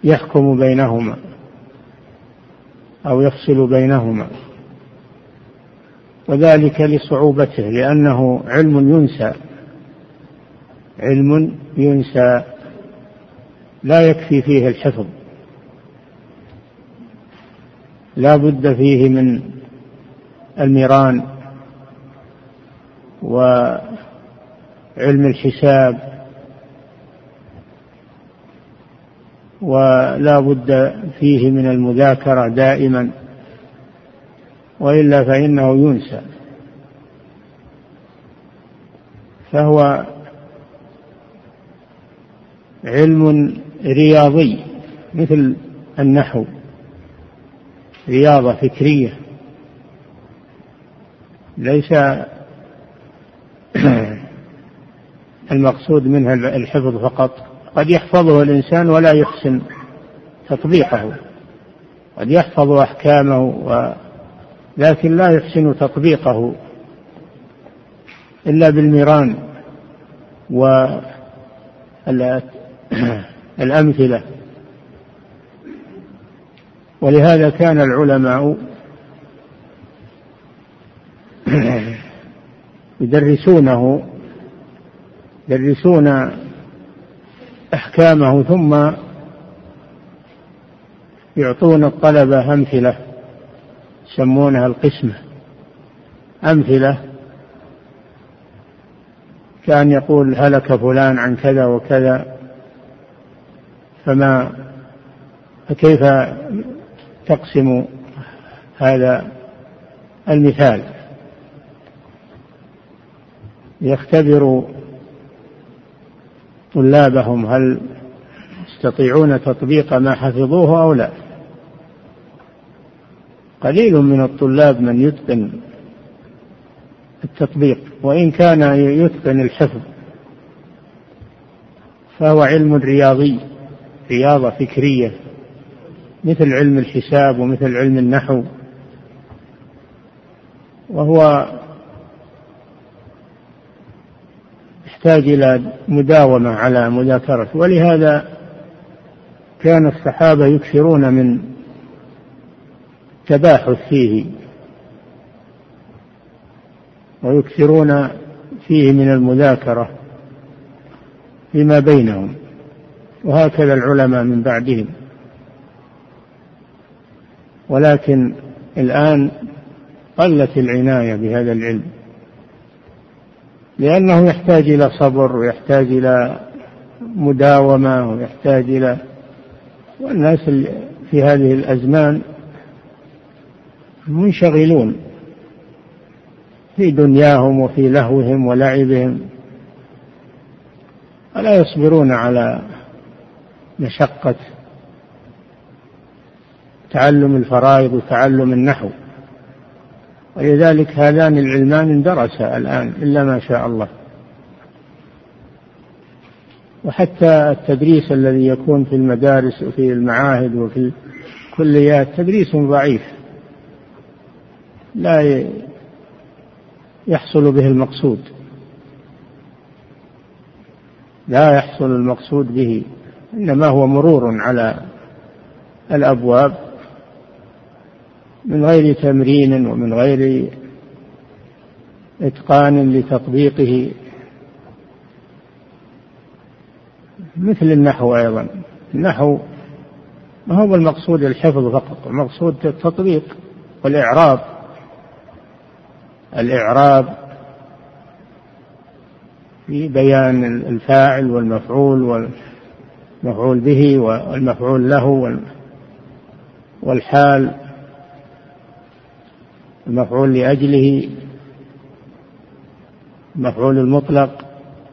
يحكم بينهما أو يفصل بينهما، وذلك لصعوبته، لأنه علم ينسى لا يكفي فيه الحفظ، لا بد فيه من الميران وعلم الحساب، ولا بد فيه من المذاكرة دائما، وإلا فإنه ينسى. فهو علم رياضي مثل النحو، رياضة فكرية، ليس المقصود منها الحفظ فقط. قد يحفظه الإنسان ولا يحسن تطبيقه، قد يحفظ أحكامه لكن لا يحسن تطبيقه إلا بالميران والأمثلة. ولهذا كان العلماء يدرسون أحكامه ثم يعطون الطلبة أمثلة يسمونها القسمة. أمثلة كان يقول هلك فلان عن كذا وكذا، فكيف تقسم هذا المثال؟ يختبروا طلابهم هل يستطيعون تطبيق ما حفظوه أو لا. قليل من الطلاب من يتقن التطبيق، وإن كان يتقن الحفظ فهو علم رياضي، رياضة فكرية، مثل علم الحساب ومثل علم النحو، وهو يحتاج إلى مداومة على مذاكرته. ولهذا كان الصحابة يكثرون من تباحث فيه، ويكثرون فيه من المذاكرة فيما بينهم، وهكذا العلماء من بعدهم. ولكن الآن قلت العناية بهذا العلم، لأنه يحتاج إلى صبر، ويحتاج إلى مداومة، ويحتاج إلى، والناس في هذه الأزمان منشغلون في دنياهم وفي لهوهم ولعبهم، ولا يصبرون على مشقة تعلم الفرائض وتعلم النحو. ولذلك هذان العلمان اندرسا الآن إلا ما شاء الله. وحتى التدريس الذي يكون في المدارس وفي المعاهد وفي الكليات تدريس ضعيف، لا يحصل به المقصود، لا يحصل المقصود به، إنما هو مرور على الأبواب من غير تمرين ومن غير إتقان لتطبيقه. مثل النحو أيضا، النحو ما هو المقصود الحفظ فقط، المقصود التطبيق والإعراب. الإعراب في بيان الفاعل والمفعول والمفعول به والمفعول له والحال، المفعول لأجله، المفعول المطلق.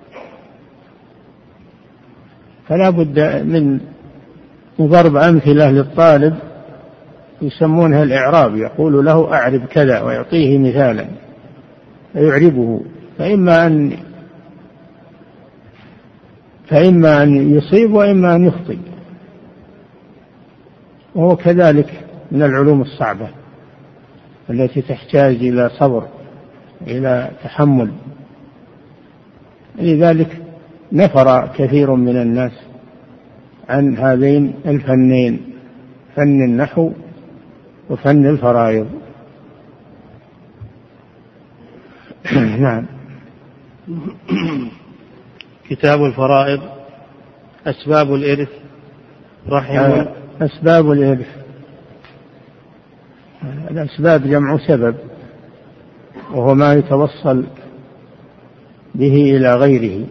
فلا بد من ضرب أمثلة للطالب يسمونها الإعراب، يقول له أعرب كذا ويعطيه مثالا فيعربه، فإما أن يصيب وإما أن يخطئ. وهو كذلك من العلوم الصعبة التي تحتاج إلى صبر، إلى تحمل. لذلك نفر كثير من الناس عن هذين الفنين، فن النحو وفن الفرائض. نعم. كتاب الفرائض. أسباب الإرث. أسباب الإرث، الأسباب جمع سبب، وهو ما يتوصل به إلى غيره،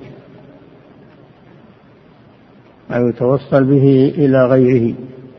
ما يتوصل به إلى غيره.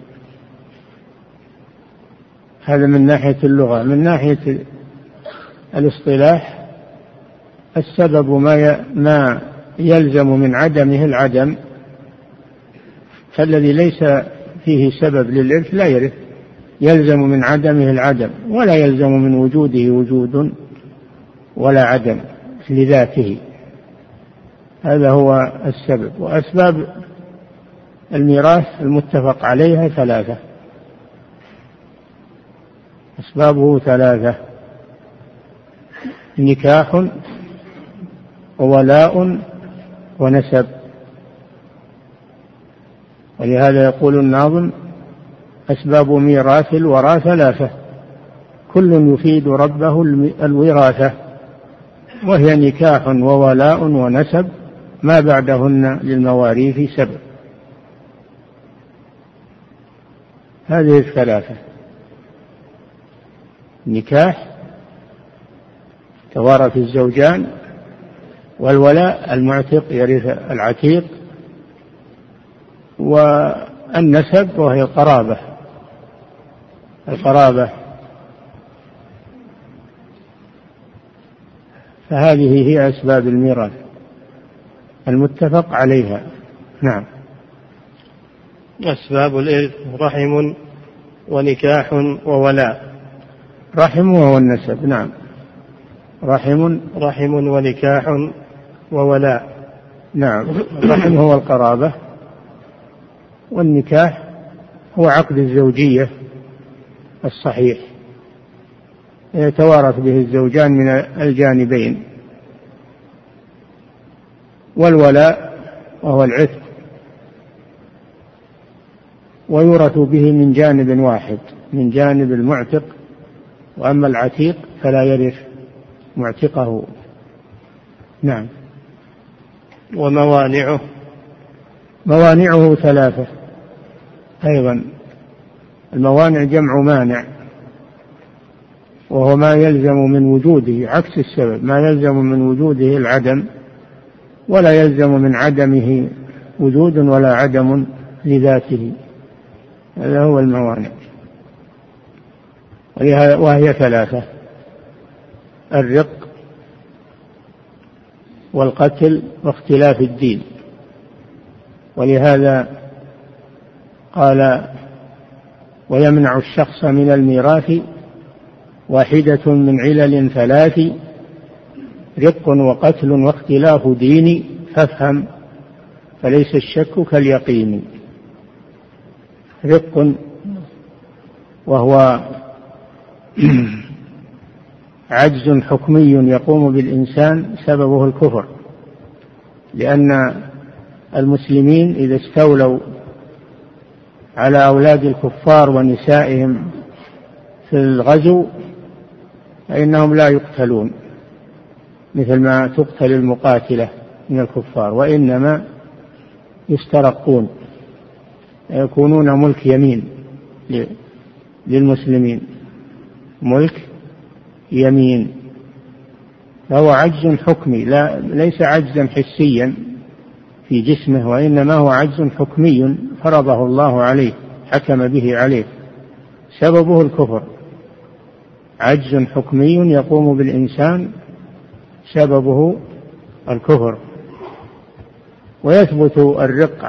هذا من ناحية اللغة. من ناحية الاصطلاح، السبب ما يلزم من عدمه العدم، فالذي ليس فيه سبب للإرث لا يرث، يلزم من عدمه العدم، ولا يلزم من وجوده وجود ولا عدم لذاته. هذا هو السبب. وأسباب الميراث المتفق عليها ثلاثة، أسبابه ثلاثة: نكاح وولاء ونسب. ولهذا يقول الناظم: أسباب ميراث الورى ثلاثة، كل يفيد ربه الوراثة، وهي نكاح وولاء ونسب، ما بعدهن للمواريث سبب. هذه الثلاثة: نكاح توارث الزوجان، والولاء المعتق يرث العتيق، والنسب وهي القرابة. فهذه هي أسباب الميراث المتفق عليها. نعم. أسباب الإرث: رحم ونكاح وولاء. رحم وهو النسب. نعم. رحم ونكاح وولاء. نعم. الرحم هو القرابة، والنكاح هو عقد الزوجية الصحيح يتوارث به الزوجان من الجانبين. والولاء وهو العتق، ويورث به من جانب واحد، من جانب المعتق، وأما العتيق فلا يرث معتقه. نعم. وموانعه. موانعه ثلاثة أيضا. الموانع جمع مانع، وهو ما يلزم من وجوده، عكس السبب، ما يلزم من وجوده العدم، ولا يلزم من عدمه وجود ولا عدم لذاته. هذا هو الموانع، وهي ثلاثة: الرق والقتل واختلاف الدين. ولهذا قال: ويمنع الشخص من الميراث واحدة من علل ثلاث، رق وقتل واختلاف دين، فافهم فليس الشك كاليقين. رق وهو عجز حكمي يقوم بالإنسان سببه الكفر، لأن المسلمين إذا استولوا على أولاد الكفار ونسائهم في الغزو فإنهم لا يقتلون مثل ما تقتل المقاتلة من الكفار، وإنما يسترقون، يكونون ملك يمين للمسلمين، ملك يمين. فهو عجز حكمي، ليس عجزا حسيا في جسمه، وإنما هو عجز حكمي فرضه الله عليه، حكم به عليه، سببه الكفر. عجز حكمي يقوم بالإنسان سببه الكفر. ويثبت الرق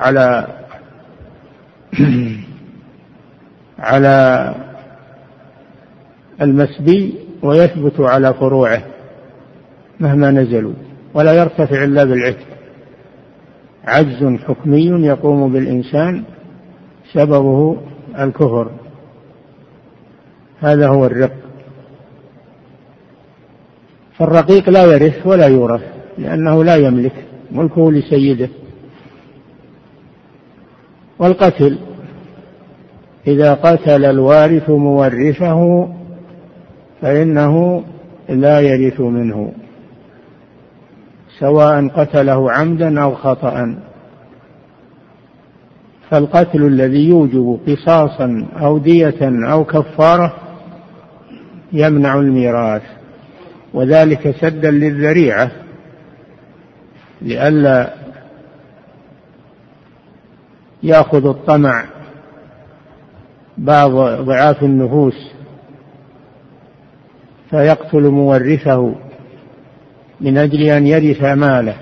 على المسبي، ويثبت على فروعه مهما نزلوا، ولا يرتفع إلا بالعتق. عجز حكمي يقوم بالإنسان سببه الكفر، هذا هو الرق. فالرقيق لا يرث ولا يورث، لأنه لا يملك، ملكه لسيده. والقتل إذا قتل الوارث مورثه فإنه لا يرث منه، سواء قتله عمدا أو خطأ. فالقتل الذي يوجب قصاصا أو دية أو كفارة يمنع الميراث، وذلك سدا للذريعة لئلا يأخذ الطمع بعض ضعاف النفوس فيقتل مورثه من أجل أن يرث ماله،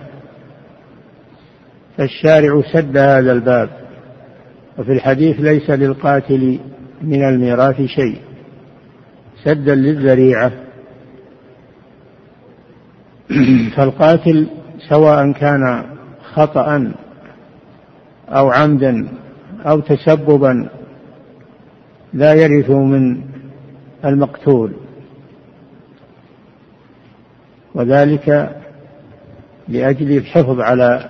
فالشارع سد هذا الباب. وفي الحديث ليس للقاتل من الميراث شيء، سدا للذريعة. فالقاتل سواء كان خطأ أو عمدا أو تسببا لا يرث من المقتول، وذلك لأجل الحفظ على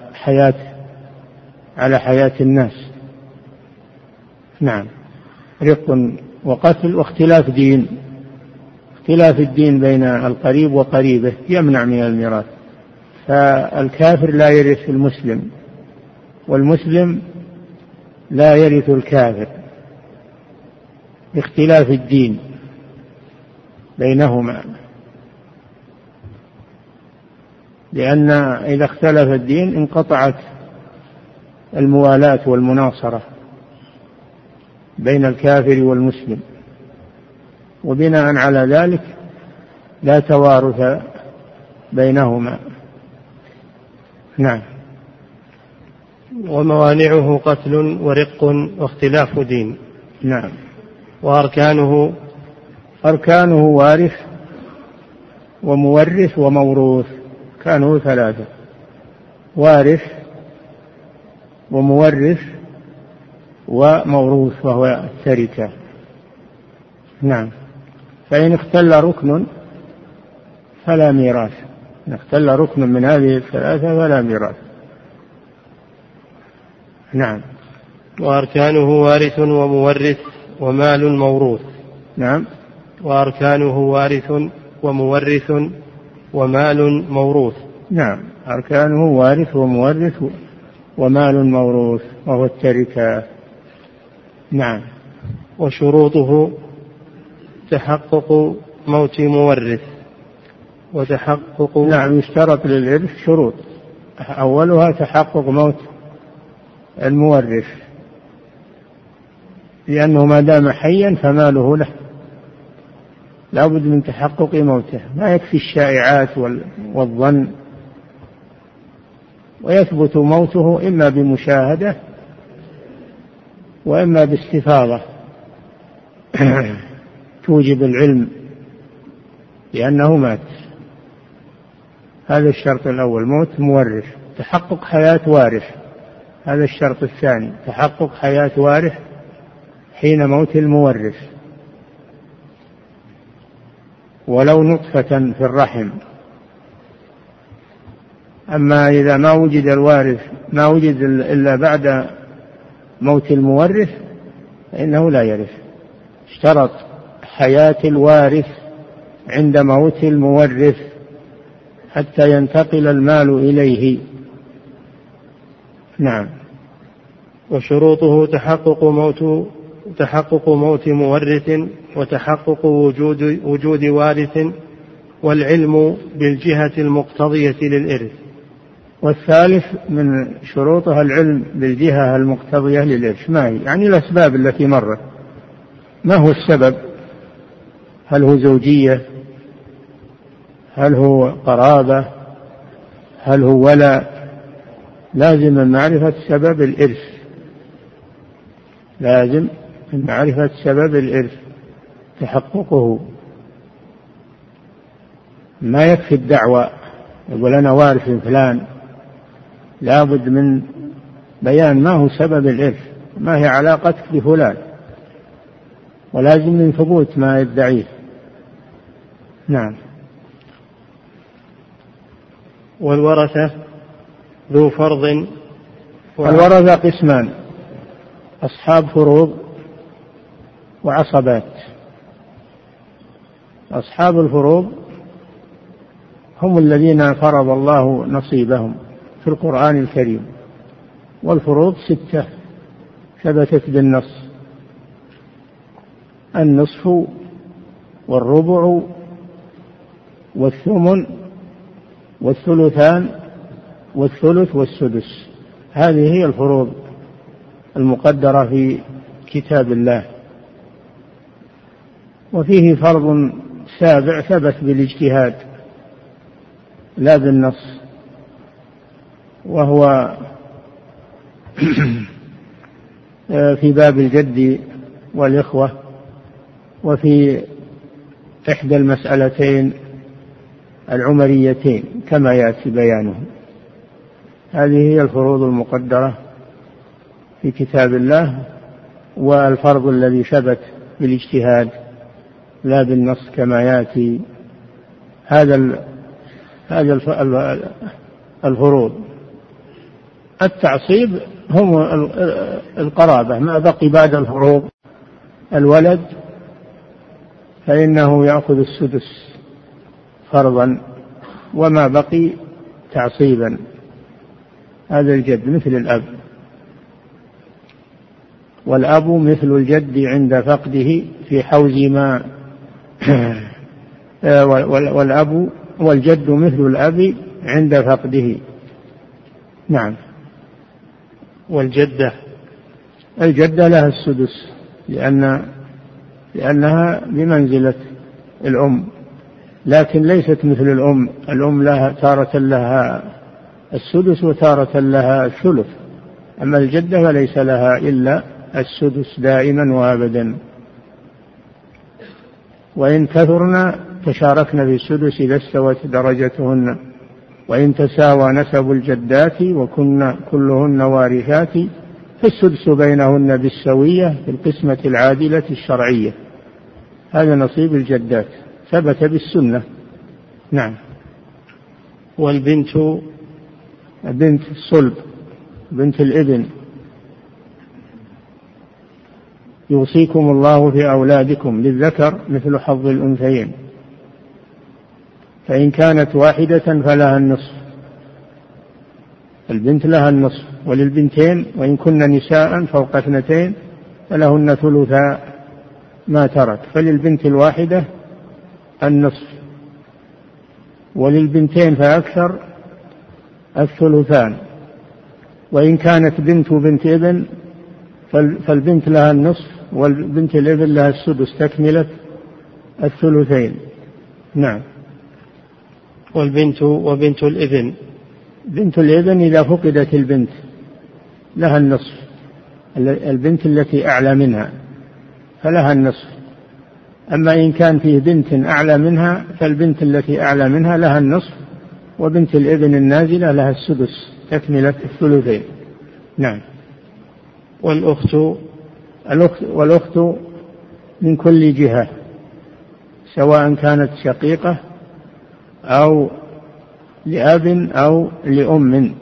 حياة الناس. نعم. رق وقتل واختلاف دين، اختلاف الدين بين القريب وقريبه يمنع من الميراث. فالكافر لا يرث المسلم، والمسلم لا يرث الكافر باختلاف الدين بينهما، لأن إذا اختلف الدين انقطعت الموالاة والمناصرة بين الكافر والمسلم، وبناء على ذلك لا توارث بينهما. نعم. وموانعه قتل ورق واختلاف دين. نعم. وأركانه وارث ومورث وموروث، كانوا ثلاثة: وارث ومورث وموروث وهو التركة. نعم. فإن اختل ركن فلا ميراث، إن اختل ركن من هذه الثلاثة فلا ميراث. نعم. وأركانه وارث ومورث ومال موروث. نعم. وأركانه وارث ومورث ومال موروث. نعم. أركانه وارث ومورث ومال موروث وهو التركة. نعم. وشروطه تحقق موت مورث وتحقق. نعم. يشترط للإرث شروط، أولها تحقق موت المورث، لأنه ما دام حيا فماله له، لا بد من تحقق موته، ما يكفي الشائعات والظن، ويثبت موته إما بمشاهدة وإما باستفاضة توجب العلم لأنه مات. هذا الشرط الأول، موت مورث. تحقق حياة وارث، هذا الشرط الثاني، تحقق حياة وارث حين موت المورث، ولو نطفة في الرحم. أما إذا ما وجد الوارث، ما وجد إلا بعد موت المورث، فإنه لا يرث. اشترط حياة الوارث عند موت المورث حتى ينتقل المال إليه. نعم. وشروطه تحقق موت مورث وتحقق وجود وارث والعلم بالجهة المقتضية للإرث. والثالث من شروطها العلم بالجهة المقتضية للإرث. ما هي؟ يعني الأسباب التي مرت. ما هو السبب؟ هل هو زوجية؟ هل هو قرابة؟ هل هو ولاء؟ لازم من معرفة سبب الإرث، لازم من معرفة سبب الإرث تحققه. ما يكفي الدعوة يقول أنا وارث فلان، لا بد من بيان ما هو سبب الإرث، ما هي علاقتك بفلان، ولازم من ثبوت ما يدعيه. نعم. والورثة ذو فرض. الورثة قسمان: أصحاب فروض وعصبات. أصحاب الفروض هم الذين فرض الله نصيبهم في القرآن الكريم، والفروض 6 ثبتت بالنص: النصف والربع والثمن والثلثان والثلث والسدس. هذه هي الفروض المقدرة في كتاب الله. وفيه فرض سابع ثبت بالاجتهاد لا بالنص، وهو في باب الجد والإخوة، وفي إحدى المسألتين العمريتين كما يأتي بيانه. هذه هي الفروض المقدرة في كتاب الله، والفرض الذي ثبت بالاجتهاد لا بالنص كما يأتي. هذا الفروض. التعصيب هم القرابة. ما بقي بعد الفروض الولد فإنه يأخذ السدس فرضا، وما بقي تعصيبا. هذا الجد مثل الأب، والأب مثل الجد عند فقده في حوز ما والجد مثل الأب عند فقده. نعم. والجدة الجدة لها السدس لأنها بمنزلة الأم، لكن ليست مثل الأم. الأم لها تارة لها السدس وتارة لها الثلث، أما الجدة فليس لها إلا السدس دائما وأبدا. وإن كثرنا تشاركنا في السدس إذا استوت درجتهن، وإن تساوى نسب الجدات وكن كلهن وارثات فالسدس بينهن بالسوية في القسمة العادلة الشرعية. هذا نصيب الجدات ثبت بالسنة. نعم. والبنت بنت الصلب، بنت الابن. يوصيكم الله في أولادكم للذكر مثل حظ الأنثيين، فإن كانت واحدة فلها النصف. البنت لها النصف، وللبنتين وإن كن نساء فوق 2 فلهن ثلثا ما ترك. فللبنت الواحدة النصف، وللبنتين فأكثر الثلثان. وإن كانت بنت ابن فالبنت لها النصف، والبنت الابن لها السدس تكملة الثلثين. نعم. والبنت وبنت الابن. بنت الابن إذا فقدت البنت لها النصف، البنت التي أعلى منها فلها النصف. أما إن كان فيه بنت أعلى منها فالبنت التي أعلى منها لها النصف، وبنت الابن النازلة لها السدس تكملة الثلثين. نعم. والأخت من كل جهة، سواء كانت شقيقة أو لأب أو لأم،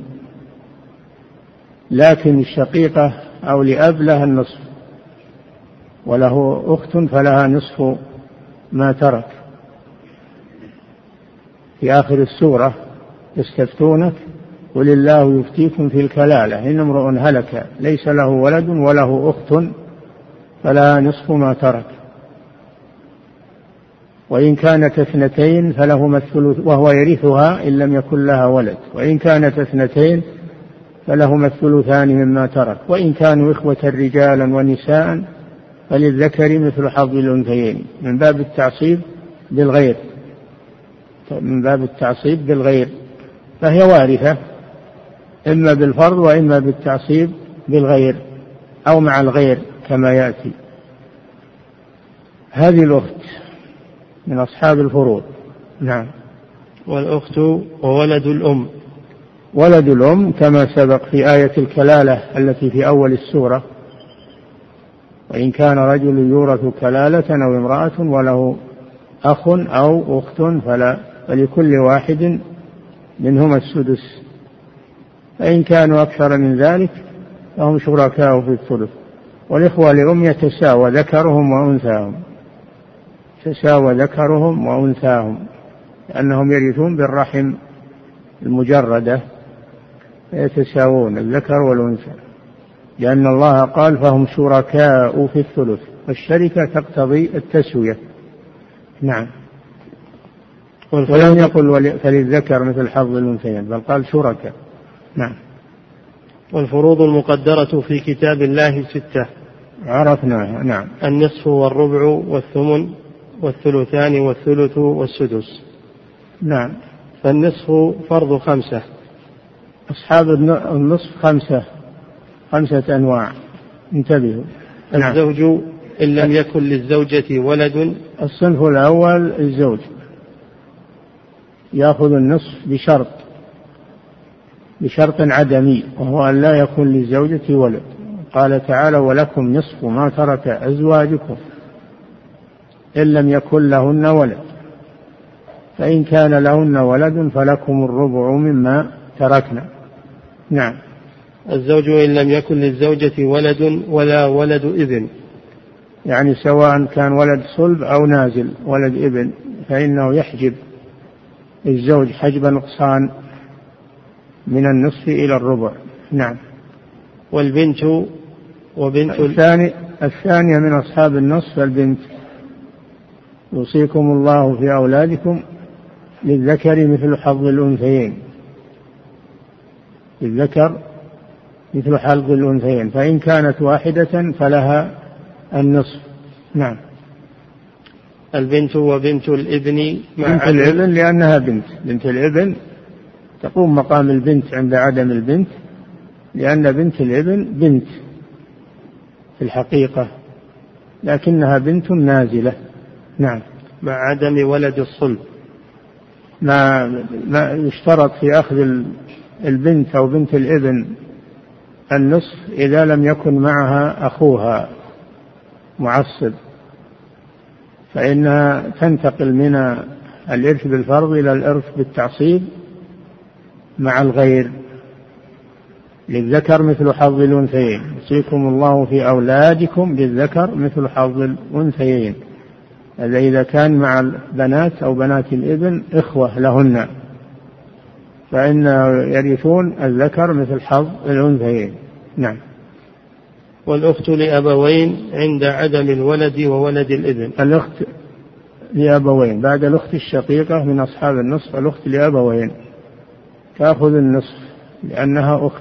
لكن الشقيقة أو لأب لها النصف، وله أخت فلها نصف ما ترك. في آخر السورة يستفتونك قل الله يفتيكم في الكلالة إن امرؤ هلك ليس له ولد وله أخت فلها نصف ما ترك، وإن كانت 2 فلهما الثلث وهو يرثها إن لم يكن لها ولد، وإن كانت 2 فلهما الثلثان مما ترك، وإن كانوا إخوة رجالا ونساء فللذكر مثل حظ الأنثيين. من باب التعصيب بالغير، فهي وارثة إما بالفرض وإما بالتعصيب بالغير أو مع الغير كما يأتي. هذه الأخت من أصحاب الفروض. نعم. والأخت وولد الأم. ولد الأم كما سبق في آية الكلالة التي في أول السورة: وإن كان رجل يورث كلالة أو امرأة وله أخ أو أخت فلكل واحد منهما السدس، فإن كانوا أكثر من ذلك فهم شركاء في الثلث. والإخوة لأم يتساوى ذكرهم وأنثاهم، تساوى ذكرهم وأنثاهم، لأنهم يرثون بالرحم المجردة، يتساوون الذكر والأنثى، لأن الله قال فهم شركاء في الثلث، والشركة تقتضي التسوية. نعم. ولم يقل فللذكر مثل حظ الأنثيين، بل قال شركاء. نعم. والفروض المقدرة في كتاب الله 6 عرفناها. نعم. النصف والربع والثمن والثلثان والثلث والسدس. نعم. فالنصف فرض 5. أصحاب النصف 5 أنواع، انتبهوا. الزوج إن لم يكن للزوجة ولد. الصنف الأول الزوج يأخذ النصف بشرط عدمي، وهو أن لا يكون للزوجة ولد. قال تعالى ولكم نصف ما ترك أزواجكم إن لم يكن لهن ولد، فإن كان لهن ولد فلكم الربع مما تركنا. نعم. الزوج إن لم يكن للزوجة ولد ولا ولد ابن، يعني سواء كان ولد صلب أو نازل ولد ابن، فإنه يحجب الزوج حجب نقصان من النصف إلى الربع. نعم. والبنت وبنت الثانية من أصحاب النصف البنت. يوصيكم الله في أولادكم للذكر مثل حظ الأنثيين، للذكر مثل حظ الأنثيين، فإن كانت واحدة فلها النصف. نعم. البنت وبنت الابن بنت الابن لأنها بنت الابن تقوم مقام البنت عند عدم البنت، لأن بنت الابن بنت في الحقيقة لكنها بنت نازلة. نعم. مع عدم ولد الصلب. ما يشترط في أخذ البنت أو بنت الابن النصف إذا لم يكن معها أخوها معصب، فإنها تنتقل من الإرث بالفرض إلى الإرث بالتعصيب مع الغير. للذكر مثل حظ الأنثيين، يوصيكم الله في أولادكم للذكر مثل حظ الأنثيين. هذا إذا كان مع البنات أو بنات الابن إخوة لهن، فإن يرثون الذكر مثل حظ الأنثيين. نعم. والأخت لأبوين عند عدم الولد وولد الابن. الأخت لأبوين بعد الأخت الشقيقة من أصحاب النصف، الأخت لأبوين تأخذ النصف لأنها أخت،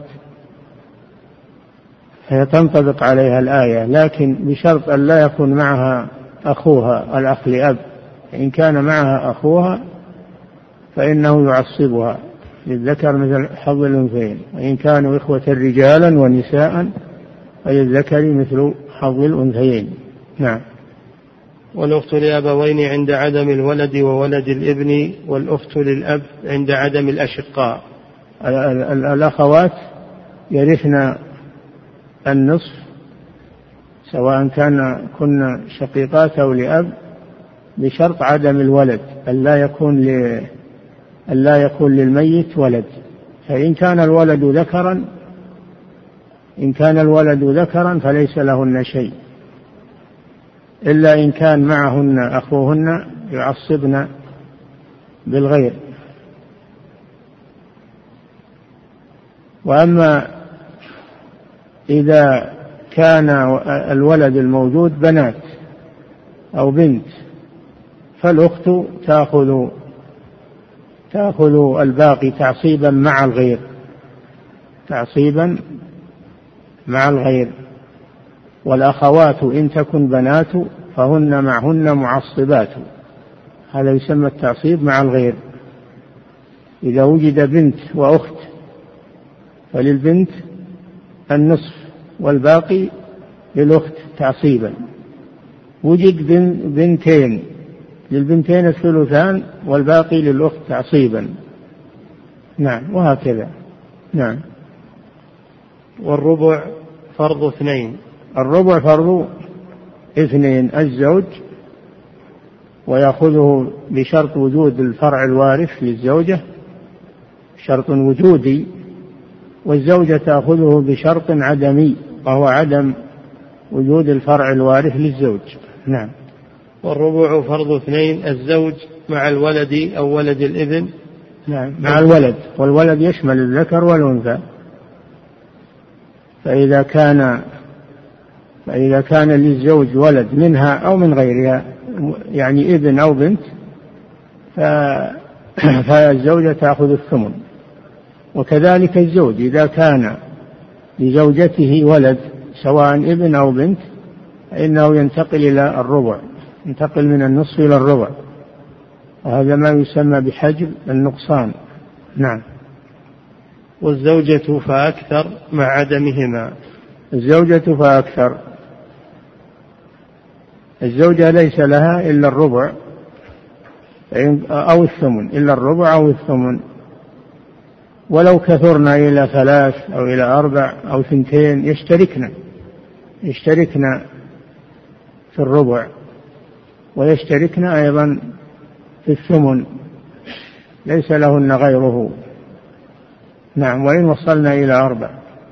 هي تنطبق عليها الآية، لكن بشرط أن لا يكون معها أخوها الأخ لأب. إن كان معها أخوها فإنه يعصبها للذكر مثل حظ الأنثيين، وإن كانوا إخوة رجالا ونساء فللذكر مثل حظ الأنثيين. نعم. والأخت لأبوين عند عدم الولد وولد الابن، والأخت للأب عند عدم الأشقاء. الأخوات يرثن النصف سواء كن شقيقات أو لأب بشرط عدم الولد، ألا يكون للميت ولد. فإن كان الولد ذكرا فليس لهن شيء، إلا إن كان معهن أخوهن يعصبن بالغير. وأما إذا كان الولد الموجود بنات أو بنت فالأخت تأخذ الباقي تعصيبا مع الغير. والأخوات إن تكن بنات فهن معهن معصبات، هذا يسمى التعصيب مع الغير. إذا وجد بنت وأخت فللبنت النصف والباقي للأخت تعصيبا. وجد بنتين للبنتين الثلثان والباقي للأخت تعصيبا. نعم. وهكذا. نعم. والربع فرض 2. الربع فرض 2 الزوج، ويأخذه بشرط وجود الفرع الوارث للزوجة، شرط وجودي، والزوجة تأخذه بشرط عدمي، وهو عدم وجود الفرع الوارث للزوج. نعم. والربع فرض اثنين، الزوج مع الولد أو ولد الابن. نعم، مع الولد، والولد يشمل الذكر والأنثى. فإذا كان للزوج ولد منها أو من غيرها، يعني ابن أو بنت، فالزوجة تأخذ الثمن. وكذلك الزوج إذا كان لزوجته ولد سواء ابن أو بنت فإنه ينتقل إلى الربع، ينتقل من النصف إلى الربع، وهذا ما يسمى بحجب النقصان. نعم. والزوجة فأكثر مع عدمهما. الزوجة فأكثر، الزوجة ليس لها إلا الربع أو الثمن، إلا الربع أو الثمن، ولو كثرنا إلى 3 أو إلى 4 أو 2 يشتركنا في الربع، ويشتركنا أيضا في الثمن، ليس لهن غيره. نعم. وإن وصلنا إلى 4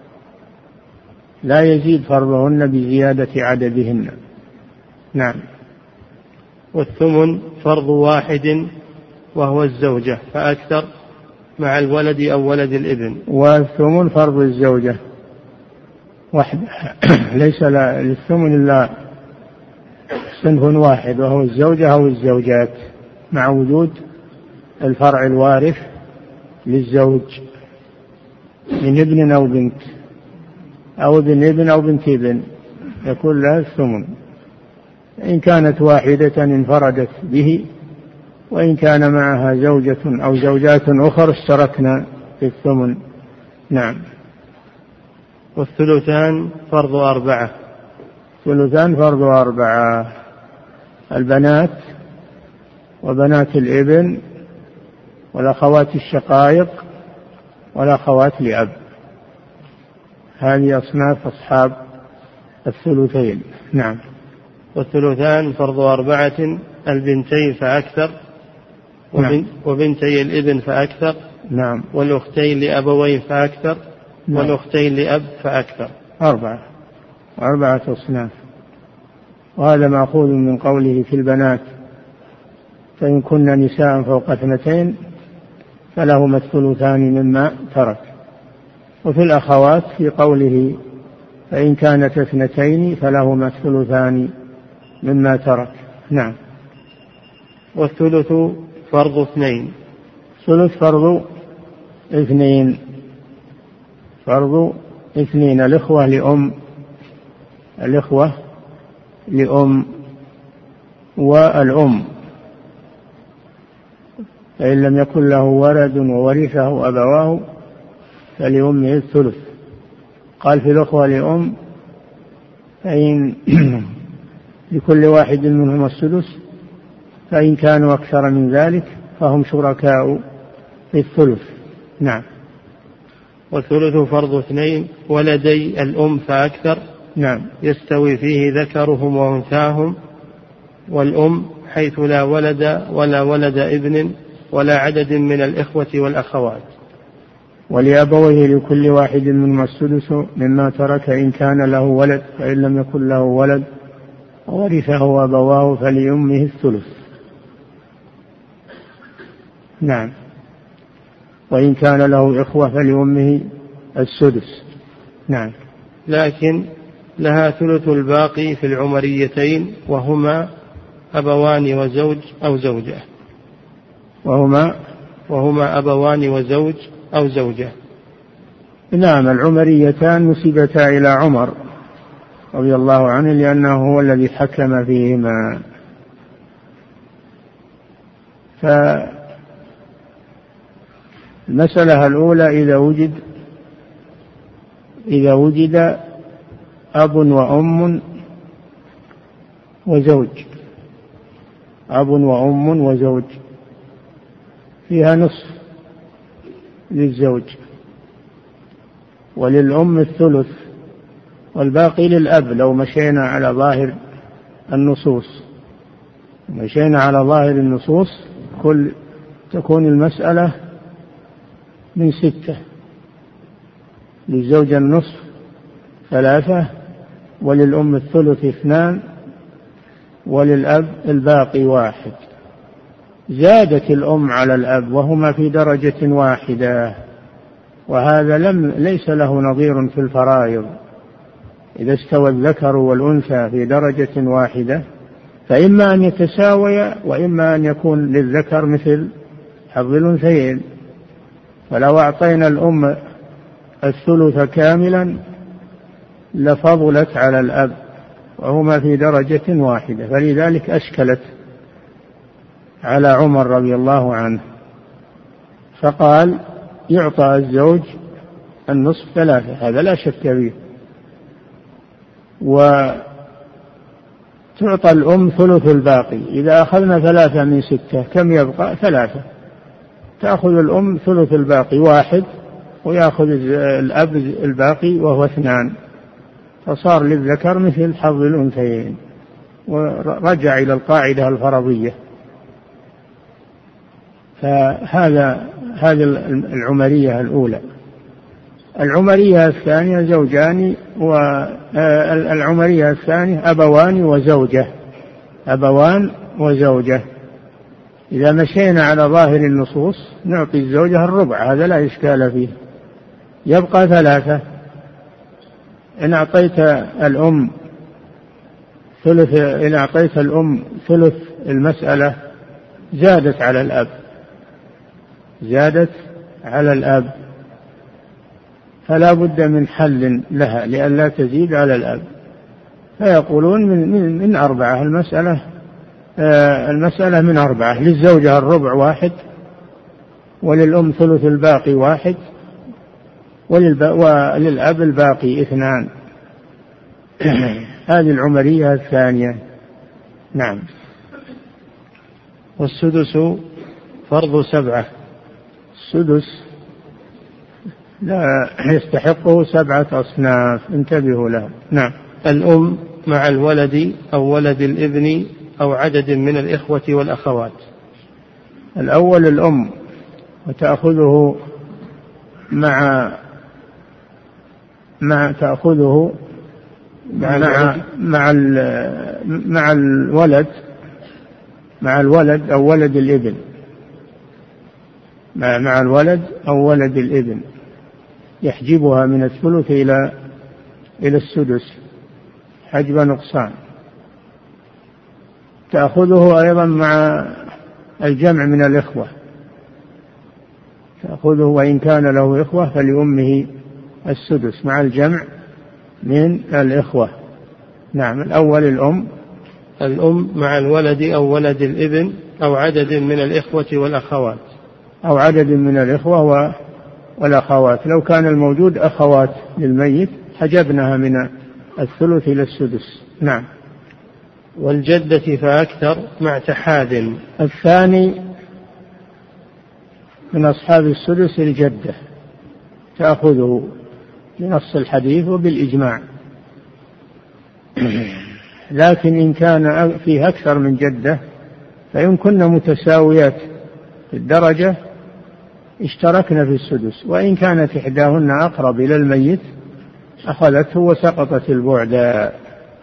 لا يزيد فرضهن بزيادة عددهن. نعم. والثمن فرض واحد وهو الزوجة فأكثر مع الولد أو ولد الابن. والثمن فرض الزوجة وحدها، ليس للثمن إلا صنف واحد وهو الزوجة أو الزوجات، مع وجود الفرع الوارث للزوج من ابن أو بنت أو ابن ابن أو بنت ابن، يكون لها الثمن. إن كانت واحدة انفردت به، وإن كان معها زوجة أو زوجات أخرى اشتركنا في الثمن. نعم. والثلثان فرض 4. ثلثان فرض 4، البنات وبنات الابن والأخوات الشقائق والأخوات لأب، هذه أصناف أصحاب الثلثين. نعم. والثلثان فرض 4، البنتين فأكثر وبنتي الابن فأكثر. نعم. والأختين لأبوين فأكثر. نعم. والأختين لأب فأكثر. 4 أصناف. وهذا مأخوذ من قوله في البنات فإن كن نساء فوق 2 فلهما الثلثان مما ترك. وفي الأخوات في قوله فإن كانت 2 فلهما الثلثان مما ترك. نعم. والثلث فرض 2. ثلث فرض 2. فرض 2 الإخوة لأم والأم، فإن لم يكن له ولد وورثه أبواه فلأمه الثلث. قال في الأخوة لأم فإن لكل واحد منهم السدس، فإن كانوا أكثر من ذلك فهم شركاء في الثلث. نعم. والثلث فرض 2، ولدي الأم فأكثر. نعم. يستوي فيه ذكرهم وأنثاهم، والأم حيث لا ولد ولا ولد ابن ولا عدد من الإخوة والأخوات. ولأبويه لكل واحد منهما السدس مما ترك إن كان له ولد، فإن لم يكن له ولد ورثه أبواه فلأمه الثلث. نعم. وإن كان له إخوة فلأمه السدس. نعم. لكن لها ثلث الباقي في العمريتين، وهما أبوان وزوج أو زوجة. وهما أبوان وزوج أو زوجة. نعم. العمريتان نسبتا إلى عمر رضي الله عنه لأنه هو الذي حكم فيهما. فالمسألة الأولى إذا وجد أب وأم وزوج، أب وأم وزوج، فيها نصف للزوج، وللأم الثلث، والباقي للأب لو مشينا على ظاهر النصوص تكون المسألة من 6، للزوج النصف 3، وللأم الثلث 2 وللأب الباقي 1. زادت الأم على الأب وهما في درجة واحدة، وهذا ليس له نظير في الفرائض. إذا استوى الذكر والأنثى في درجة واحدة فإما أن يتساويا وإما أن يكون للذكر مثل حظ الأنثيين. فلو أعطينا الأم الثلث كاملا لفضلت على الأب وهما في درجة واحدة، فلذلك أشكلت على عمر رضي الله عنه، فقال يعطى الزوج النصف 3، هذا لا شك فيه، وتعطى الأم ثلث الباقي. إذا أخذنا 3 من 6 كم يبقى؟ 3. تأخذ الأم ثلث الباقي 1 ويأخذ الأب الباقي وهو 2، فصار للذكر مثل حظ الأنثيين، ورجع إلى القاعدة الفرضية. هذه العمرية الأولى. العمرية الثانية زوجان، والعمرية الثانية أبوان وزوجة. إذا مشينا على ظاهر النصوص نعطي الزوجة الربع، هذا لا إشكال فيه، يبقى 3. إن أعطيت الأم ثلث المسألة زادت على الأب، فلا بد من حل لها لئلا تزيد على الأب، فيقولون من 4. المسألة من 4، للزوجة الربع 1 وللأم ثلث الباقي 1 وللأب الباقي 2. هذه العمرية الثانية. نعم. والسدس فرض 7. السدس لا يستحقه 7 أصناف، انتبهوا له. نعم. الأم مع الولد أو ولد الابن أو عدد من الإخوة والأخوات. الأول الأم، وتأخذه مع الولد أو ولد الابن، مع الولد أو ولد الابن، يحجبها من الثلث إلى السدس حجب نقصان. تأخذه أيضا مع الجمع من الإخوة، تأخذه وإن كان له إخوة فلأمه السدس مع الجمع من الإخوة. نعم. الأول الأم مع الولد أو ولد الابن أو عدد من الإخوة والأخوات. أو عدد من الإخوة والأخوات، لو كان الموجود أخوات للميت حجبناها من الثلث إلى السدس. نعم. والجدة فأكثر مع تحاد. الثاني من أصحاب السدس الجدة، تأخذه بنص الحديث وبالإجماع. لكن إن كان فيه أكثر من جدة فإن كنا متساويات في الدرجة اشتركنا في السدس، وإن كانت إحداهن أقرب إلى الميت أخذته وسقطت البعداء.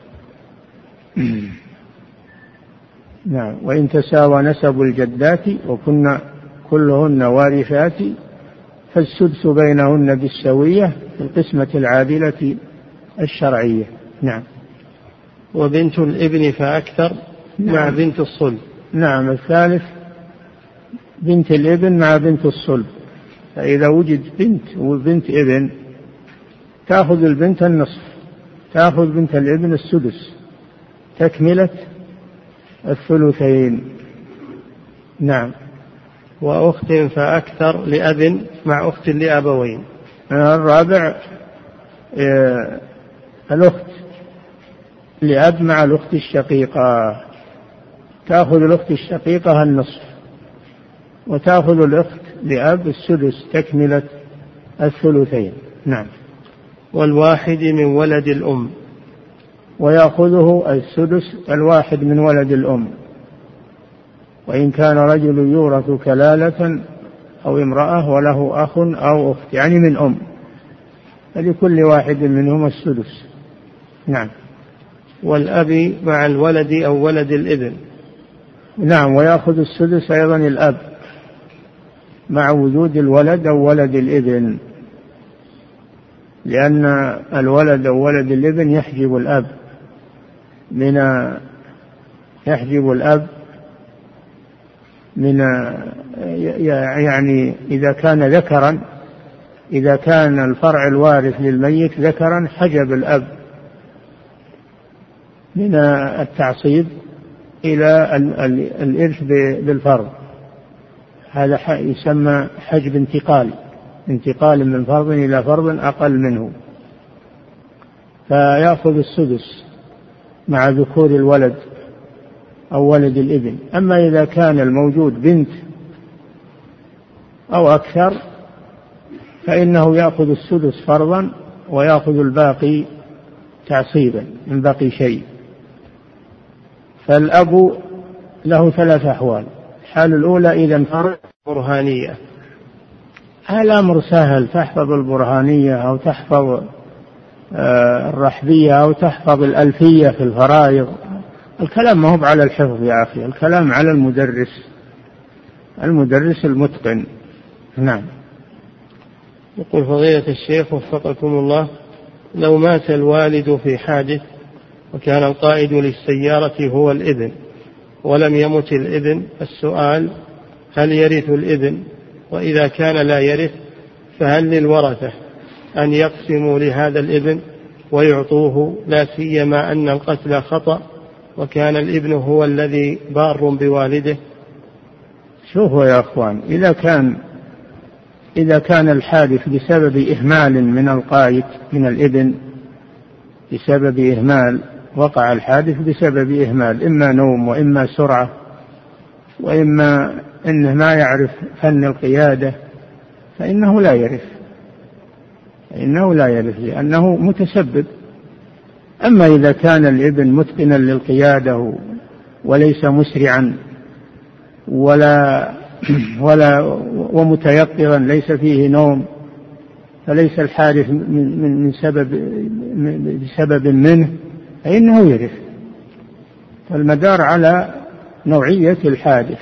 نعم. وإن تساوى نسب الجدات وكنا كلهن وارثات فالسدس بينهن بالسوية في القسمة العادلة الشرعية. نعم. وبنت الابن فأكثر مع بنت الصلب. نعم. الثالث بنت الابن مع بنت الصلب، فإذا وجد بنت وبنت ابن تأخذ البنت النصف، تأخذ بنت الابن السدس تكملة الثلثين. نعم. وأخت فأكثر لأب مع أخت لأبوين. الرابع الأخت لأب مع الأخت الشقيقة، تأخذ الأخت الشقيقة النصف وتأخذ الأخت لأب السدس تكملة الثلثين. نعم. والواحد من ولد الأم، ويأخذه السدس الواحد من ولد الأم، وإن كان رجل يورث كلالة أو امرأة وله أخ أو أخت، يعني من أم، فلكل واحد منهم السدس. نعم. والأب مع الولد أو ولد الابن. نعم، ويأخذ السدس أيضا الأب مع وجود الولد أو ولد الابن، لأن الولد أو ولد الابن يحجب الأب من يعني إذا كان الفرع الوارث للميت ذكرا حجب الأب من التعصيب إلى الإرث بالفرض. هذا يسمى حجب انتقال من فرض إلى فرض أقل منه، فيأخذ السدس مع ذكور الولد أو ولد الابن. أما إذا كان الموجود بنت أو أكثر فإنه يأخذ السدس فرضا ويأخذ الباقي تعصيبا إن بقي شيء. فالأب له 3 أحوال. الحال الأولى إذا انفرد برهانية، الأمر سهل، تحفظ البرهانية أو تحفظ الرحبية أو تحفظ الألفية في الفرائض. الكلام ما هو على الحفظ يا أخي، الكلام على المدرس المتقن. نعم. يقول فضيلة الشيخ وفقكم الله: لو مات الوالد في حادث وكان القائد للسيارة هو الابن ولم يمت الابن، السؤال: هل يرث الابن؟ وإذا كان لا يرث فهل للورثة أن يقسموا لهذا الابن ويعطوه، لا سيما أن القتل خطأ وكان الابن هو الذي بار بوالده؟ شوفوا يا أخوان، إذا كان الحادث بسبب إهمال من القائد من الابن، بسبب إهمال، وقع الحادث بسبب إهمال، إما نوم وإما سرعة وإما أنه ما يعرف فن القيادة، فإنه لا يرث لأنه متسبب. أما إذا كان الابن متقنا للقيادة وليس مسرعا ولا ومتيقظا ليس فيه نوم، فليس الحادث بسبب منه، فإنه يرث. فالمدار على نوعية الحادث.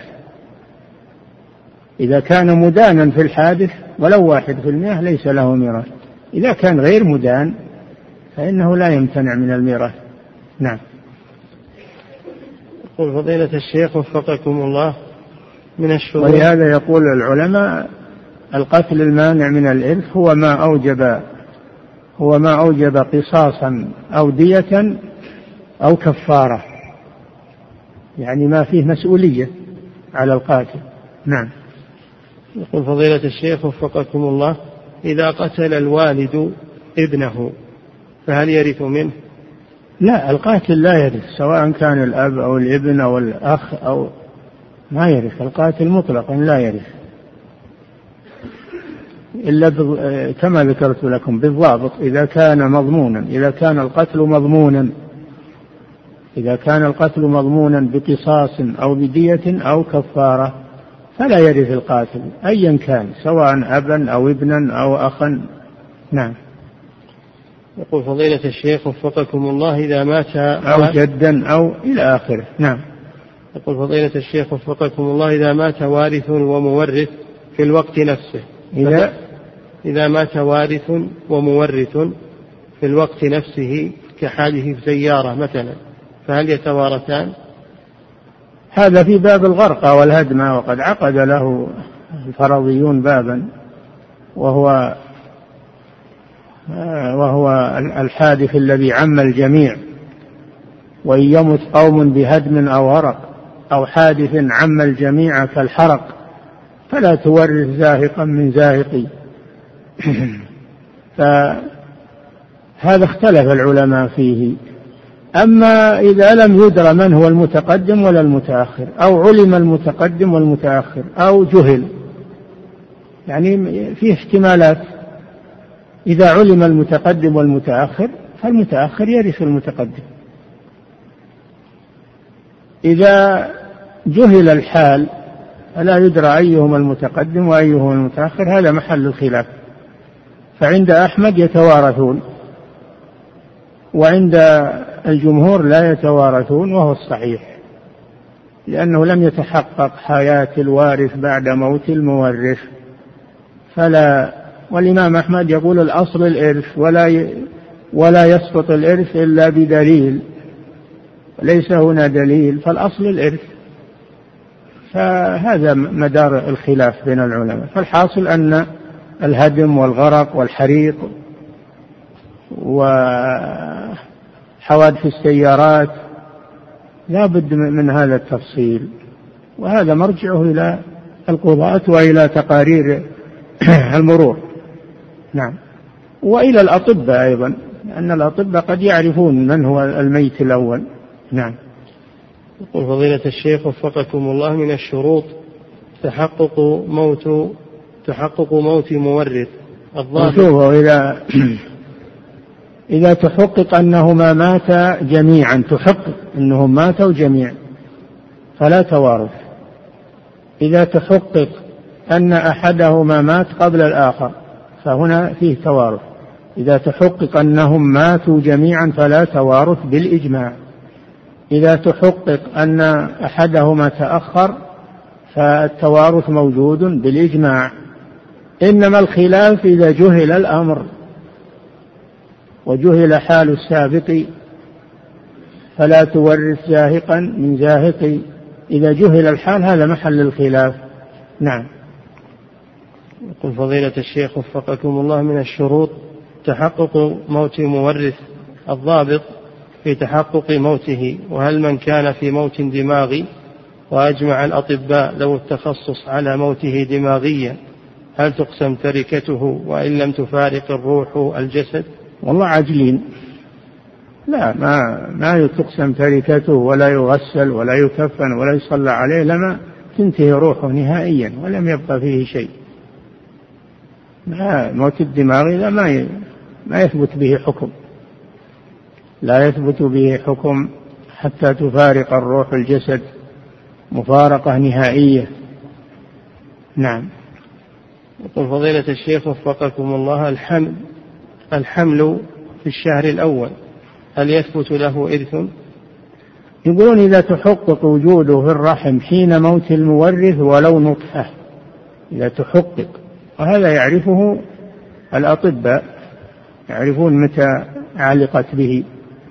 إذا كان مدانا في الحادث ولو 1% ليس له ميراث. إذا كان غير مدان فإنه لا يمتنع من الميراث. نعم. يقول فضيلة الشيخ وفقكم الله: من الشروط، ولهذا يقول العلماء: القتل المانع من الإرث هو ما أوجب قصاصا أو دية أو كفارة، يعني ما فيه مسؤولية على القاتل. نعم. يقول فضيلة الشيخ وفقكم الله: إذا قتل الوالد ابنه فهل يرث منه؟ لا، القاتل لا يرث، سواء كان الأب أو الابن أو الأخ أو ما يرث. القاتل مطلقا لا يرث، إلا كما ذكرت لكم بالضابط: إذا كان مضمونا، إذا كان القتل مضمونا بقصاص أو بدية أو كفارة فلا يرث القاتل أيا كان، سواء أبا أو ابنا أو أخا. نعم. يقول فضيلة الشيخ وفقكم الله: إذا مات أو جدا أو إلى آخره. نعم. يقول فضيلة الشيخ وفقكم الله: إذا مات وارث ومورث في الوقت نفسه، إذا مات وارث ومورث في الوقت نفسه كحادث سيارة مثلا، فهل يتوارثان؟ هذا في باب الغرقى والهدمة، وقد عقد له الفرضيون بابا، وهو الحادث الذي عم الجميع. وإن يمت قوم بهدم أو غرق أو حادث عم الجميع كالحرق فلا تورث زاهقا من زاهقي. فهذا اختلف العلماء فيه. أما إذا لم يدر من هو المتقدم ولا المتأخر، أو علم المتقدم والمتأخر، أو جهل، يعني فيه احتمالات. إذا علم المتقدم والمتأخر فالمتأخر يرث المتقدم. إذا جهل الحال فلا يدرى أيهما المتقدم وأيهما المتأخر، هذا محل الخلاف. فعند أحمد يتوارثون، وعند الجمهور لا يتوارثون، وهو الصحيح، لأنه لم يتحقق حياة الوارث بعد موت المورث. والإمام أحمد يقول الأصل الإرث، ولا يسقط الإرث إلا بدليل، ليس هنا دليل، فالأصل الإرث. فهذا مدار الخلاف بين العلماء. فالحاصل أن الهدم والغرق والحريق وحوادث السيارات لا بد من هذا التفصيل، وهذا مرجعه إلى القضاة وإلى تقارير المرور. نعم، وإلى الأطباء أيضا، لأن الأطباء قد يعرفون من هو الميت الأول. نعم. يقول فضيلة الشيخ وفقكم الله: من الشروط تحقق موت مورث الظاهر. إذا تحقق أنهما ماتا جميعا، تحقق أنهم ماتوا جميعا فلا توارث. إذا تحقق أن أحدهما مات قبل الآخر فهنا فيه توارث. إذا تحقق أنهم ماتوا جميعا فلا توارث بالإجماع. إذا تحقق أن أحدهما تأخر فالتوارث موجود بالإجماع. إنما الخلاف إذا جهل الأمر وجهل حال السابق فلا تورث زاهقا من زاهق. إذا جهل الحال هذا محل الخلاف. نعم. يقول فضيلة الشيخ وفقكم الله: من الشروط تحقق موت مورث الضابط في تحقق موته، وهل من كان في موت دماغي وأجمع الأطباء ذو التخصص على موته دماغيا هل تقسم تركته وإن لم تفارق الروح الجسد؟ والله عاجلين، لا ما تقسم تركته ولا يغسل ولا يكفن ولا يصلى عليه، لما تنتهي روحه نهائيا ولم يبقى فيه شيء. موت الدماغي لا ما يثبت به حكم، لا يثبت به حكم حتى تفارق الروح الجسد مفارقة نهائية. نعم. يقول فضيلة الشيخ وفقكم الله: الحمل في الشهر الأول هل يثبت له إرث؟ يقولون إذا تحقق وجوده في الرحم حين موت المورث ولو نطفة، إذا تحقق، وهذا يعرفه الأطباء، يعرفون متى علقت به،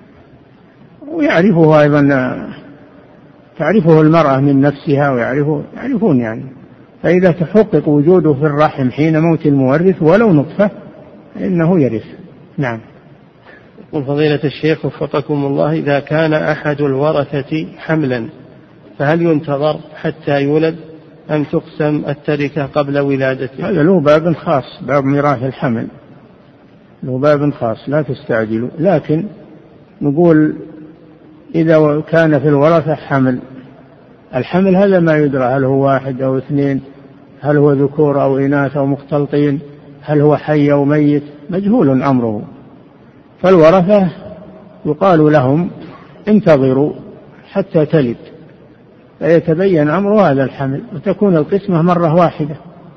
ويعرفه أيضا تعرفه المرأة من نفسها، يعرفون يعني. فإذا تحقق وجوده في الرحم حين موت المورث ولو نطفة إنه يرث. نعم. يقول فضيلة الشيخ وفقكم الله: إذا كان أحد الورثة حملا فهل ينتظر حتى يولد أم تقسم التركة قبل ولادته؟ هذا له باب خاص، باب ميراث الحمل له باب خاص، لا تستعجلوا. لكن نقول إذا كان في الورثة حمل، الحمل هذا ما يدرى هل هو واحد أو اثنين، هل هو ذكور أو إناث أو مختلطين، هل هو حي أو ميت، مجهول أمره. فالورثة يقال لهم انتظروا حتى تلد فيتبين أمر هذا الحمل وتكون القسمة مرة واحدة.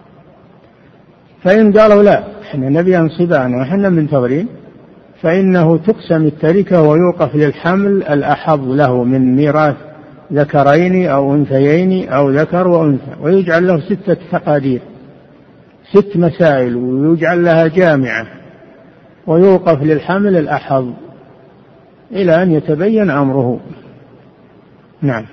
فإن قالوا لا احنا نبي انصبان وإحنا منتظرين فإنه تقسم التركة ويوقف للحمل الأحظ له من ميراث ذكرين أو أنثيين أو ذكر وأنثى، ويجعل له 6 تقادير، 6 مسائل، ويجعل لها جامعة، ويوقف للحمل الأحظ إلى أن يتبين أمره. نعم.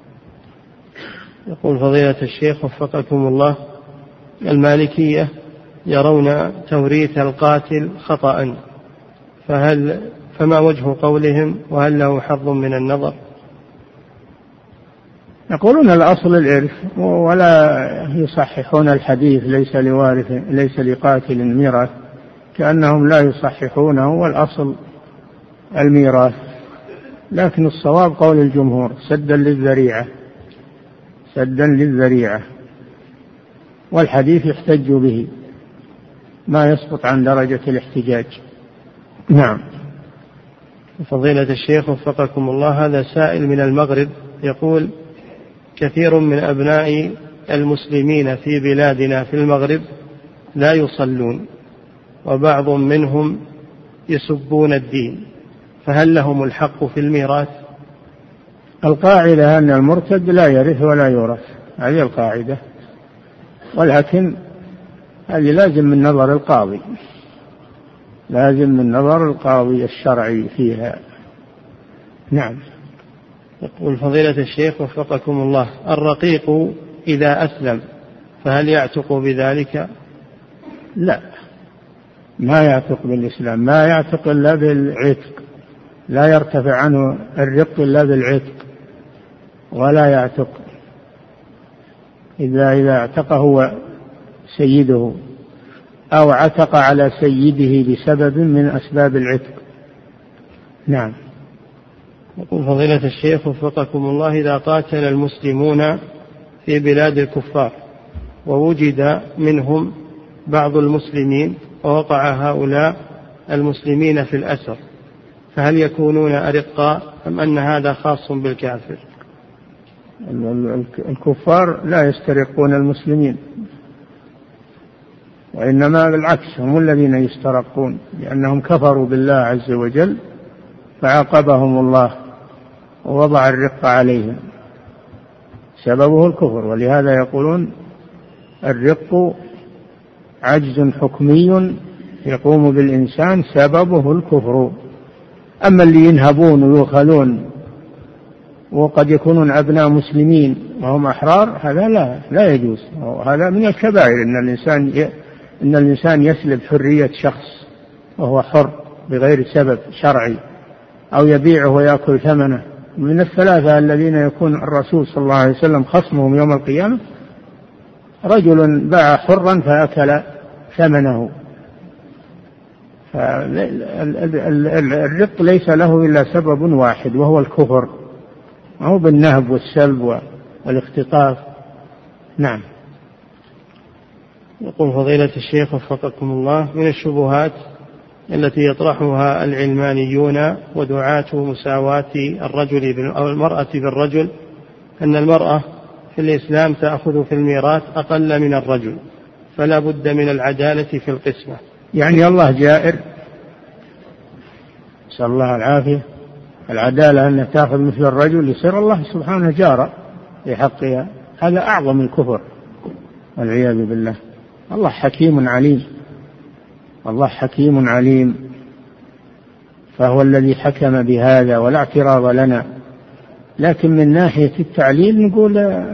يقول فضيلة الشيخ وفقكم الله: المالكية يرون توريث القاتل خطأ، فما وجه قولهم وهل له حظ من النظر؟ يقولون الأصل الإرث ولا يصححون الحديث ليس لقاتل ميراث، كأنهم لا يصححونه، والأصل الميراث. لكن الصواب قول الجمهور سدا للذريعة، والحديث يحتج به ما يسقط عن درجة الاحتجاج. نعم. فضيلة الشيخ وفقكم الله: هذا سائل من المغرب يقول: كثير من أبناء المسلمين في بلادنا في المغرب لا يصلون، وبعض منهم يسبون الدين، فهل لهم الحق في الميراث؟ القاعدة أن المرتد لا يرث ولا يورث، هذه القاعدة، ولكن هذه لازم من نظر القاضي، لازم من نظر القاضي الشرعي فيها. نعم. يقول فضيلة الشيخ وفقكم الله: الرقيق إذا أسلم فهل يعتق بذلك؟ لا، ما يعتق بالإسلام، ما يعتق إلا بالعتق، لا يرتفع عنه الرق إلا بالعتق، ولا يعتق إذا اعتق هو سيده أو عتق على سيده بسبب من أسباب العتق. نعم. يقول فضيلة الشيخ وفقكم الله: إذا قاتل المسلمون في بلاد الكفار ووجد منهم بعض المسلمين ووقع هؤلاء المسلمين في الأسر، فهل يكونون أرقاء أم أن هذا خاص بالكافر؟ الكفار لا يسترقون المسلمين، وإنما بالعكس هم الذين يسترقون، لأنهم كفروا بالله عز وجل فعاقبهم الله ووضع الرق عليهم، سببه الكفر. ولهذا يقولون الرق عجز حكمي يقوم بالإنسان سببه الكفر. أما اللي ينهبون ويؤخذون وقد يكونون أبناء مسلمين وهم أحرار، هذا لا يجوز، هذا من الكبائر، إن الإنسان يسلب حرية شخص وهو حر بغير سبب شرعي، أو يبيعه ويأكل ثمنه. من الثلاثة الذين يكون الرسول صلى الله عليه وسلم خصمهم يوم القيامة رجل باع حرا فأكل ثمنه. الرق ليس له إلا سبب واحد وهو الكفر، أو بالنهب والسلب والاختطاف. نعم. يقول فضيلة الشيخ وفقكم الله: من الشبهات التي يطرحها العلمانيون ودعاة مساواة الرجل أو المرأة بالرجل أن المرأة في الإسلام تأخذ في الميراث أقل من الرجل، فلا بد من العدالة في القسمة. يعني الله جائر، نسأل الله العافية. العدالة أن تأخذ مثل الرجل، يصير الله سبحانه جار في حقها، هذا أعظم الكفر والعياذ بالله. الله حكيم عليم، الله حكيم عليم، فهو الذي حكم بهذا ولا اعتراض لنا. لكن من ناحية التعليل نقول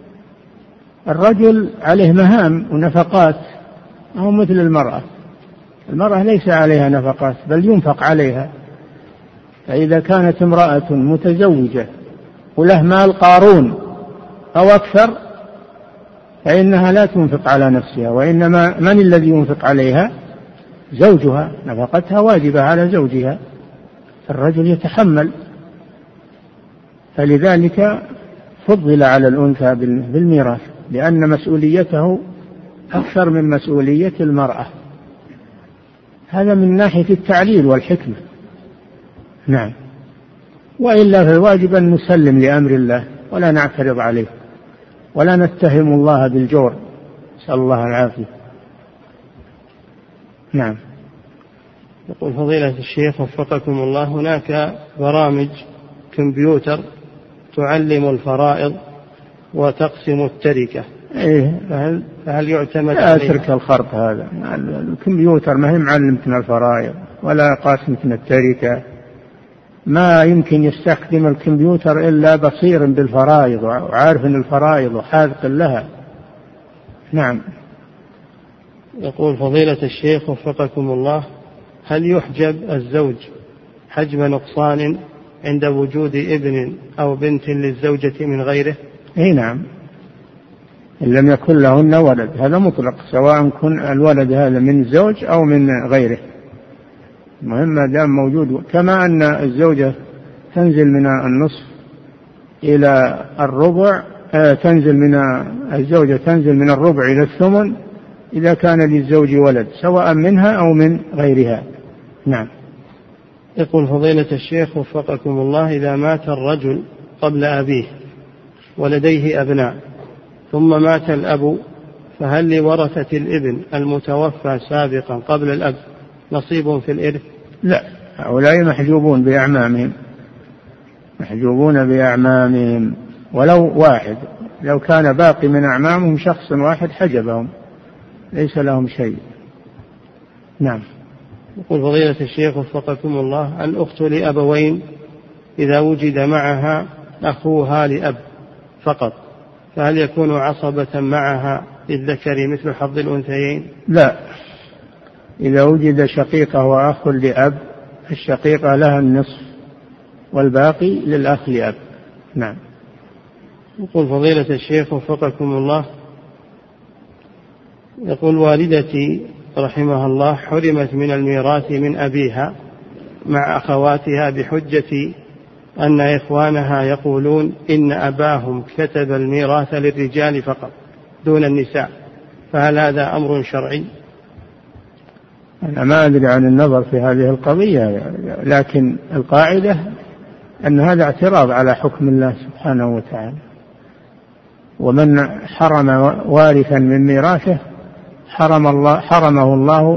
الرجل عليه مهام ونفقات، أو مثل المرأة. المرأة ليس عليها نفقات بل ينفق عليها، فإذا كانت امرأة متزوجة وله مال قارون أو أكثر فإنها لا تنفق على نفسها، وإنما من الذي ينفق عليها؟ زوجها، نفقتها واجبة على زوجها، الرجل يتحمل. فلذلك فضل على الأنثى بالميراث، لأن مسؤوليته أكثر من مسؤولية المرأة. هذا من ناحية التعليل والحكمة. نعم. وإلا فالواجب أن نسلم لأمر الله ولا نعترض عليه ولا نتهم الله بالجور، نسأل الله العافية. نعم. يقول فضيلة الشيخ وفقكم الله: هناك برامج كمبيوتر تعلم الفرائض وتقسم التركة، فهل يعتمد عليها؟ اترك الخرط هذا، الكمبيوتر ما هي معلمتنا الفرائض ولا قاسمتنا التركة. ما يمكن يستخدم الكمبيوتر إلا بصير بالفرائض وعارف أن الفرائض وحاذق لها. نعم. يقول فضيلة الشيخ وفقكم الله: هل يحجب الزوج حجب نقصان عند وجود ابن أو بنت للزوجة من غيره؟ نعم، إن لم يكن لهن ولد، هذا مطلق، سواء كن الولد هذا من زوج أو من غيره، المهم دام موجود. كما أن الزوجة تنزل من النصف إلى الربع، الزوجة تنزل من الربع إلى الثمن إذا كان للزوج ولد، سواء منها أو من غيرها. نعم. يقول فضيلة الشيخ وفقكم الله: إذا مات الرجل قبل أبيه ولديه أبناء ثم مات الأب، فهل لورثة الابن المتوفى سابقا قبل الأب نصيب في الإرث؟ لا، هؤلاء محجوبون بأعمامهم، محجوبون بأعمامهم، ولو واحد، لو كان باقي من أعمامهم شخص واحد حجبهم، ليس لهم شيء. نعم. يقول فضيلة الشيخ وفقكم الله: الأخت لأبوين إذا وجد معها أخوها لأب فقط، فهل يكون عصبة معها للذكر مثل حظ الأنثيين؟ لا، إذا وجد شقيقة وأخ لأب، الشقيقة لها النصف والباقي للأخ لأب. نعم. يقول فضيلة الشيخ وفقكم الله: يقول والدتي رحمها الله حرمت من الميراث من أبيها مع أخواتها بحجة أن إخوانها يقولون إن أباهم كتب الميراث للرجال فقط دون النساء، فهل هذا أمر شرعي؟ أنا ما أدري عن النظر في هذه القضية، لكن القاعدة أن هذا اعتراض على حكم الله سبحانه وتعالى، ومن حرم وارثا من ميراثه حرمه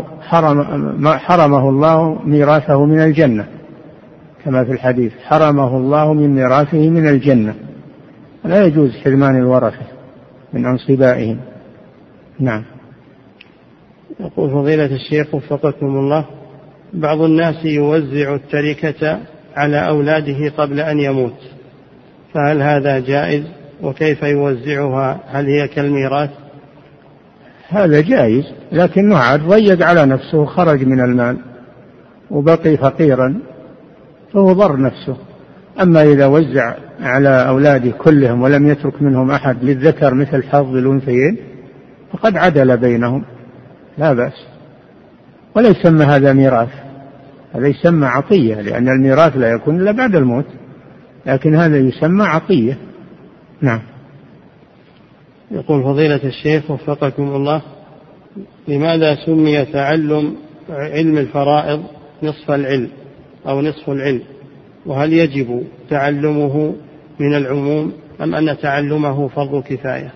الله ميراثه من الجنة، كما في الحديث: حرمه الله من ميراثه من الجنة. لا يجوز حرمان الورثة من أنصبائهم. نعم. يقول فضيلة الشيخ وفقكم الله: بعض الناس يوزع التركة على أولاده قبل أن يموت، فهل هذا جائز؟ وكيف يوزعها؟ هل هي كالميراث؟ هذا جائز، لكنه عاد ضيق على نفسه، خرج من المال وبقي فقيرا فهو ضر نفسه. أما إذا وزع على أولاده كلهم ولم يترك منهم أحد للذكر مثل حظ الأنثيين فقد عدل بينهم، لا بأس، ولا يسمى هذا ميراث، هذا يسمى عطية، لأن الميراث لا يكون إلا بعد الموت، لكن هذا يسمى عطية. نعم. يقول فضيلة الشيخ وفقكم الله: لماذا سمي تعلم علم الفرائض نصف العلم أو نصف العلم؟ وهل يجب تعلمه من العموم أم أن تعلمه فرض كفاية؟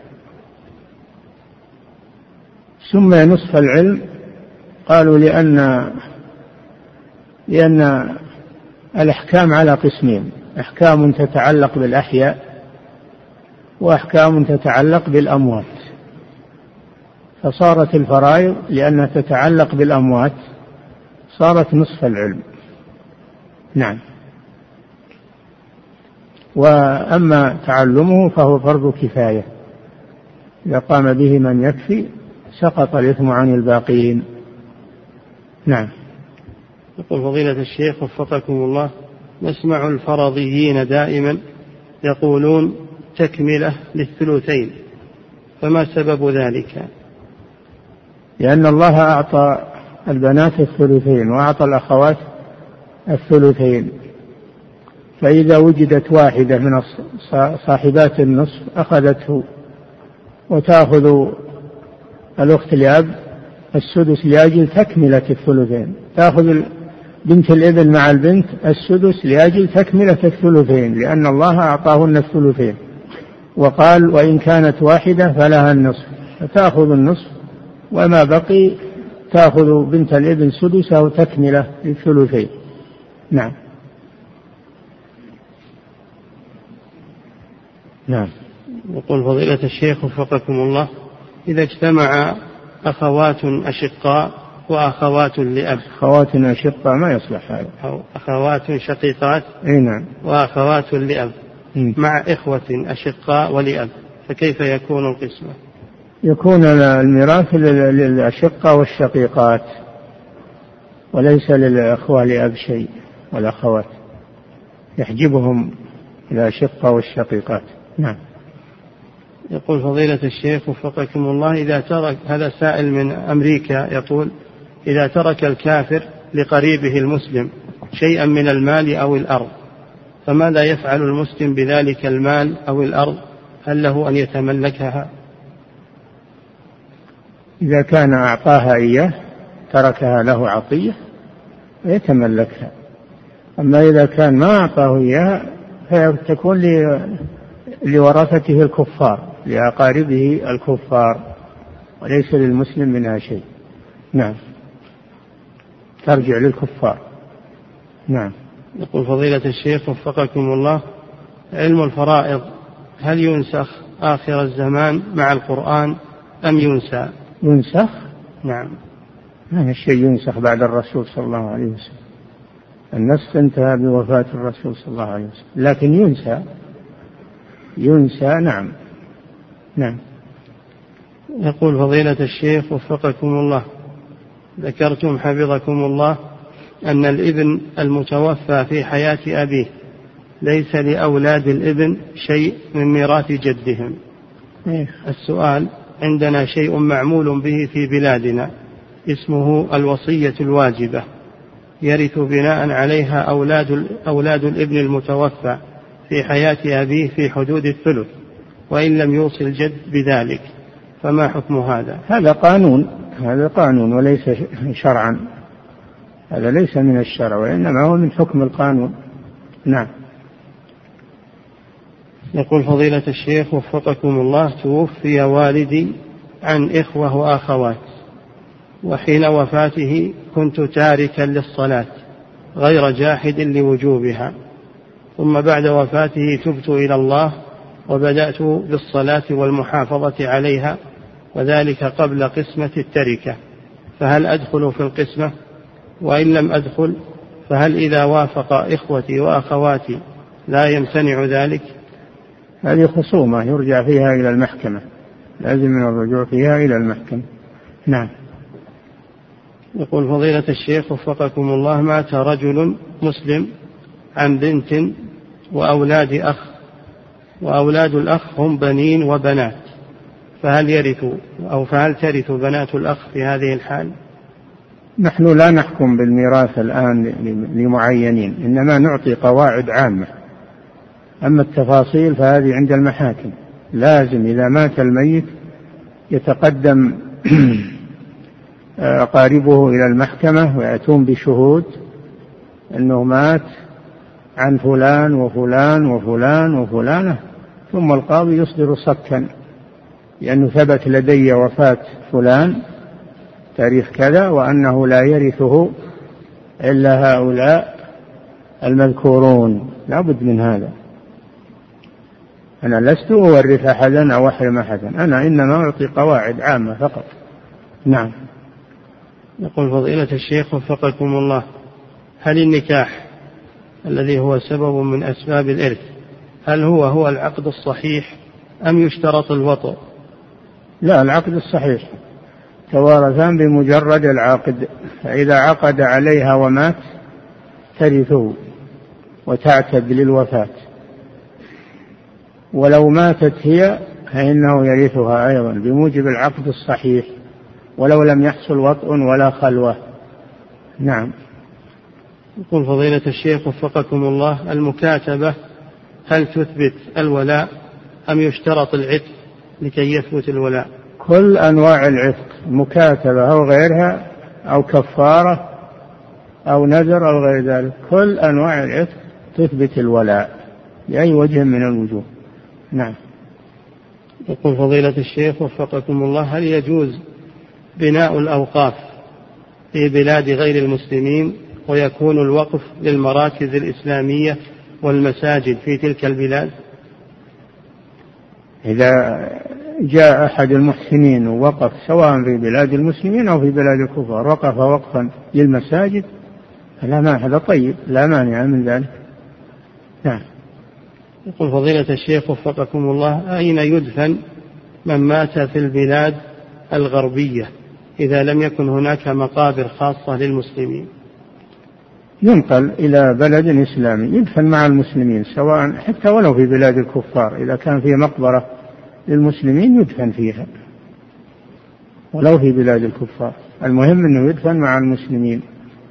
سمي نصف العلم قالوا لأن الأحكام على قسمين: أحكام تتعلق بالأحياء وأحكام تتعلق بالأموات، فصارت الفرائض لأنها تتعلق بالأموات صارت نصف العلم. نعم. وأما تعلمه فهو فرض كفاية، إذا قام به من يكفي سقط الإثم عن الباقين. نعم. يقول فضيلة الشيخ وفقكم الله: نسمع الفرضيين دائما يقولون تكملة للثلثين، فما سبب ذلك؟ لأن الله أعطى البنات الثلثين وأعطى الأخوات الثلثين، فإذا وجدت واحدة من صاحبات النصف أخذته، وتأخذ الأخت لأب السدس لأجل تكملة الثلثين، تأخذ بنت الابن مع البنت السدس لأجل تكملة الثلثين، لأن الله أعطاهن الثلثين، وقال: وإن كانت واحدة فلها النصف، فتأخذ النصف، وما بقي تأخذ بنت الابن سدسه تكملة للثلثين. نعم. نعم. يقول فضيلة الشيخ وفقكم الله: إذا اجتمع أخوات أشقاء وأخوات لأب. أخوات أشقاء ما يصلح هذا، أو أخوات شقيقات. نعم. وأخوات لأب مع إخوة أشقاء ولأب، فكيف يكون القسمة؟ يكون الميراث للأشقة والشقيقات، وليس للأخوة لأب شيء، والأخوات يحجبهم الأشقة والشقيقات. نعم. يقول فضيلة الشيخ وفقكم الله: إذا ترك، هذا سائل من أمريكا، يقول: إذا ترك الكافر لقريبه المسلم شيئا من المال أو الأرض، فماذا يفعل المسلم بذلك المال أو الأرض؟ هل له أن يتملكها؟ إذا كان أعطاها إياه تركها له عطية يتملكها، أما إذا كان ما أعطاه إياها فتكون لورثته الكفار، لأقاربه الكفار، وليس للمسلم منها شيء. نعم، ترجع للكفار. نعم. يقول فضيلة الشيخ وفقكم الله، علم الفرائض هل ينسخ آخر الزمان مع القرآن أم ينسى؟ ينسخ؟ نعم. ما الشيء ينسخ بعد الرسول صلى الله عليه وسلم، النسخ انتهى بوفاة الرسول صلى الله عليه وسلم، لكن ينسى. نعم. نعم. يقول فضيلة الشيخ وفقكم الله، ذكرتم حفظكم الله أن الابن المتوفى في حياة أبيه ليس لأولاد الابن شيء من ميراث جدهم. السؤال: عندنا شيء معمول به في بلادنا اسمه الوصية الواجبة، يرث بناء عليها أولاد الابن المتوفى في حياة أبيه في حدود الثلث، وإن لم يوصي الجد بذلك، فما حكم هذا؟ هذا قانون وليس شرعا، هذا ليس من الشرع وإنما هو من حكم القانون. نعم. يقول فضيلة الشيخ وفقكم الله، توفي والدي عن إخوة وأخوات، وحين وفاته كنت تاركا للصلاة غير جاحد لوجوبها، ثم بعد وفاته تبت إلى الله وبدأت بالصلاة والمحافظة عليها، وذلك قبل قسمة التركة، فهل أدخل في القسمة؟ وإن لم أدخل فهل إذا وافق إخوتي وأخواتي لا يمتنع ذلك؟ هذه خصومة يرجع فيها إلى المحكمة، لازم من الرجوع فيها إلى المحكمة. نعم. يقول فضيلة الشيخ وفقكم الله، مات رجل مسلم عن بنت وأولاد أخ، وأولاد الأخ هم بنين وبنات، فهل ترث بنات الأخ في هذه الحال؟ نحن لا نحكم بالميراث الآن لمعينين، إنما نعطي قواعد عامة، أما التفاصيل فهذه عند المحاكم. لازم إذا مات الميت يتقدم أقاربه إلى المحكمة ويأتون بشهود أنه مات عن فلان وفلان وفلان وفلانة، ثم القاضي يصدر صكا لأنه ثبت لدي وفاة فلان تاريخ كذا وأنه لا يرثه إلا هؤلاء المذكورون. لا بد من هذا. أنا لست أورث أحدا أو أحرم أحدا، أنا إنما أعطي قواعد عامة فقط. نعم. يقول فضيلة الشيخ وفقكم الله، هل النكاح الذي هو سبب من أسباب الإرث هل هو العقد الصحيح أم يشترط الوطء؟ لا، العقد الصحيح، توارثان بمجرد العقد، فإذا عقد عليها ومات ترثه وتعتد للوفاة، ولو ماتت هي فإنه يرثها أيضا بموجب العقد الصحيح ولو لم يحصل وطء ولا خلوة. نعم. يقول فضيلة الشيخ وفقكم الله، المكاتبة هل تثبت الولاء أم يشترط العتق لكي يثبت الولاء؟ كل أنواع العتق، مكاتبة أو غيرها أو كفارة أو نذر أو غير ذلك، كل أنواع العتق تثبت الولاء بأي وجه من الوجوه. نعم. يقول فضيلة الشيخ وفقكم الله، هل يجوز بناء الأوقاف في بلاد غير المسلمين ويكون الوقف للمراكز الإسلامية والمساجد في تلك البلاد؟ إذا جاء أحد المحسنين ووقف سواء في بلاد المسلمين أو في بلاد الكفار وقف وقفا للمساجد هذا طيب، لا مانع من ذلك. نعم. يقول فضيلة الشيخ وفقكم الله، أين يدفن من مات في البلاد الغربية إذا لم يكن هناك مقابر خاصة للمسلمين؟ ينقل إلى بلد إسلامي يدفن مع المسلمين، سواء حتى ولو في بلاد الكفار، إذا كان في مقبرة للمسلمين يدفن فيها ولو في بلاد الكفار، المهم أنه يدفن مع المسلمين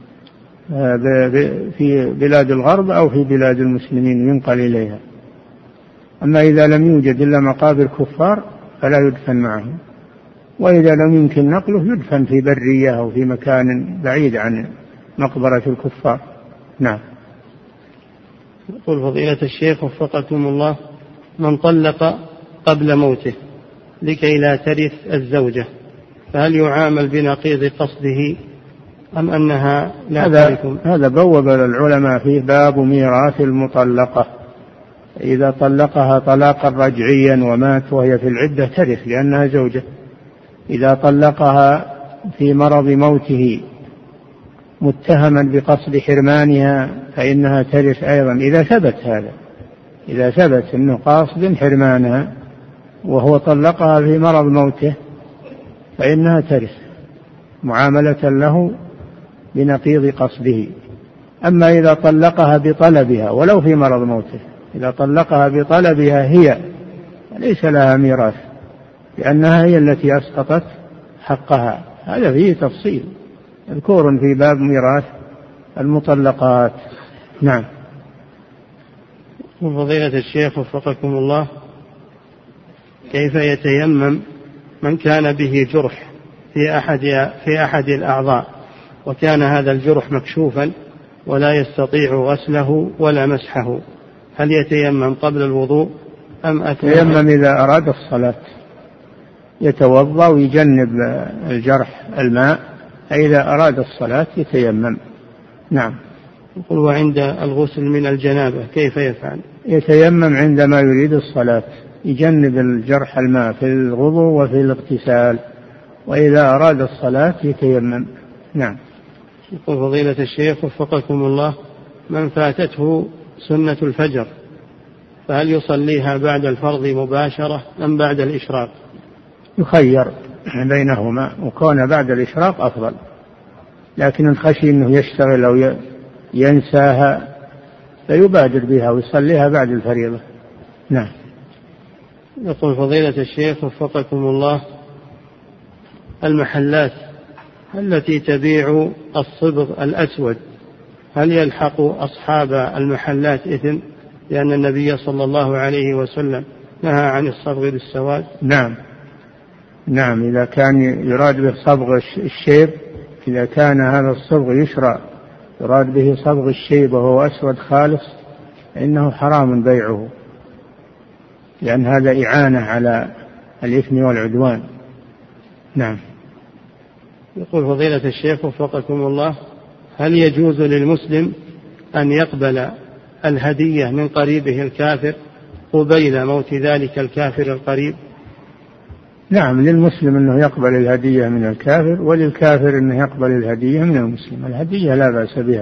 في بلاد الغرب أو في بلاد المسلمين ينقل إليها. أما إذا لم يوجد إلا مقابر كفار فلا يدفن معهم، وإذا لم يمكن نقله يدفن في برية أو في مكان بعيد عن مقبرة الكفار. نعم. يقول فضيلة الشيخ وفقكم الله، من طلق قبل موته لكي لا ترث الزوجة فهل يعامل بنقيض قصده أم أنها لا ترث؟ هذا بوب العلماء فيه باب ميراث المطلقة. إذا طلقها طلاقا رجعيا ومات وهي في العدة ترث لأنها زوجة. إذا طلقها في مرض موته متهما بقصد حرمانها فإنها ترث أيضا إذا ثبت هذا، إذا ثبت أنه قاصد حرمانها وهو طلقها في مرض موته فإنها ترث معاملة له بنقيض قصده. أما إذا طلقها بطلبها ولو في مرض موته، إذا طلقها بطلبها هي ليس لها ميراث لأنها هي التي أسقطت حقها. هذا فيه تفصيل مذكور في باب ميراث المطلقات. نعم. فضيلة الشيخ وفقكم الله، كيف يتيمم من كان به جرح في أحد الأعضاء وكان هذا الجرح مكشوفا ولا يستطيع غسله ولا مسحه، هل يتيمم قبل الوضوء أم يتيمم إذا أراد الصلاة، يتوضأ ويجنب الجرح الماء، إذا أراد الصلاة يتيمم. نعم. يقول وعند الغسل من الجنابة كيف يفعل؟ يتيمم عندما يريد الصلاة، يجنب الجرح الماء في الوضوء وفي الاغتسال، وإذا أراد الصلاة يتيمم. نعم. يقول فضيلة الشيخ وفقكم الله، من فاتته سنة الفجر فهل يصليها بعد الفرض مباشرة أم بعد الإشراق؟ يخير بينهما، وكون بعد الإشراق أفضل، لكن الخشي أنه يشتغل أو ينساها فيبادر بها ويصليها بعد الفريضة. نعم. يقول فضيلة الشيخ وفقكم الله، المحلات التي تبيع الصبغ الأسود هل يلحق أصحاب المحلات إثم؟ لأن النبي صلى الله عليه وسلم نهى عن الصبغ بالسواد. نعم. نعم، إذا كان يراد به صبغ الشيب، إذا كان هذا الصبغ يشرع يراد به صبغ الشيب وهو أسود خالص فإنه حرام بيعه، لأن هذا إعانة على الإثم والعدوان. نعم. يقول فضيلة الشيخ وفقكم الله، هل يجوز للمسلم أن يقبل الهدية من قريبه الكافر قبيل موت ذلك الكافر القريب؟ نعم، للمسلم أنه يقبل الهدية من الكافر، وللكافر أنه يقبل الهدية من المسلم، الهدية لا بأس بها.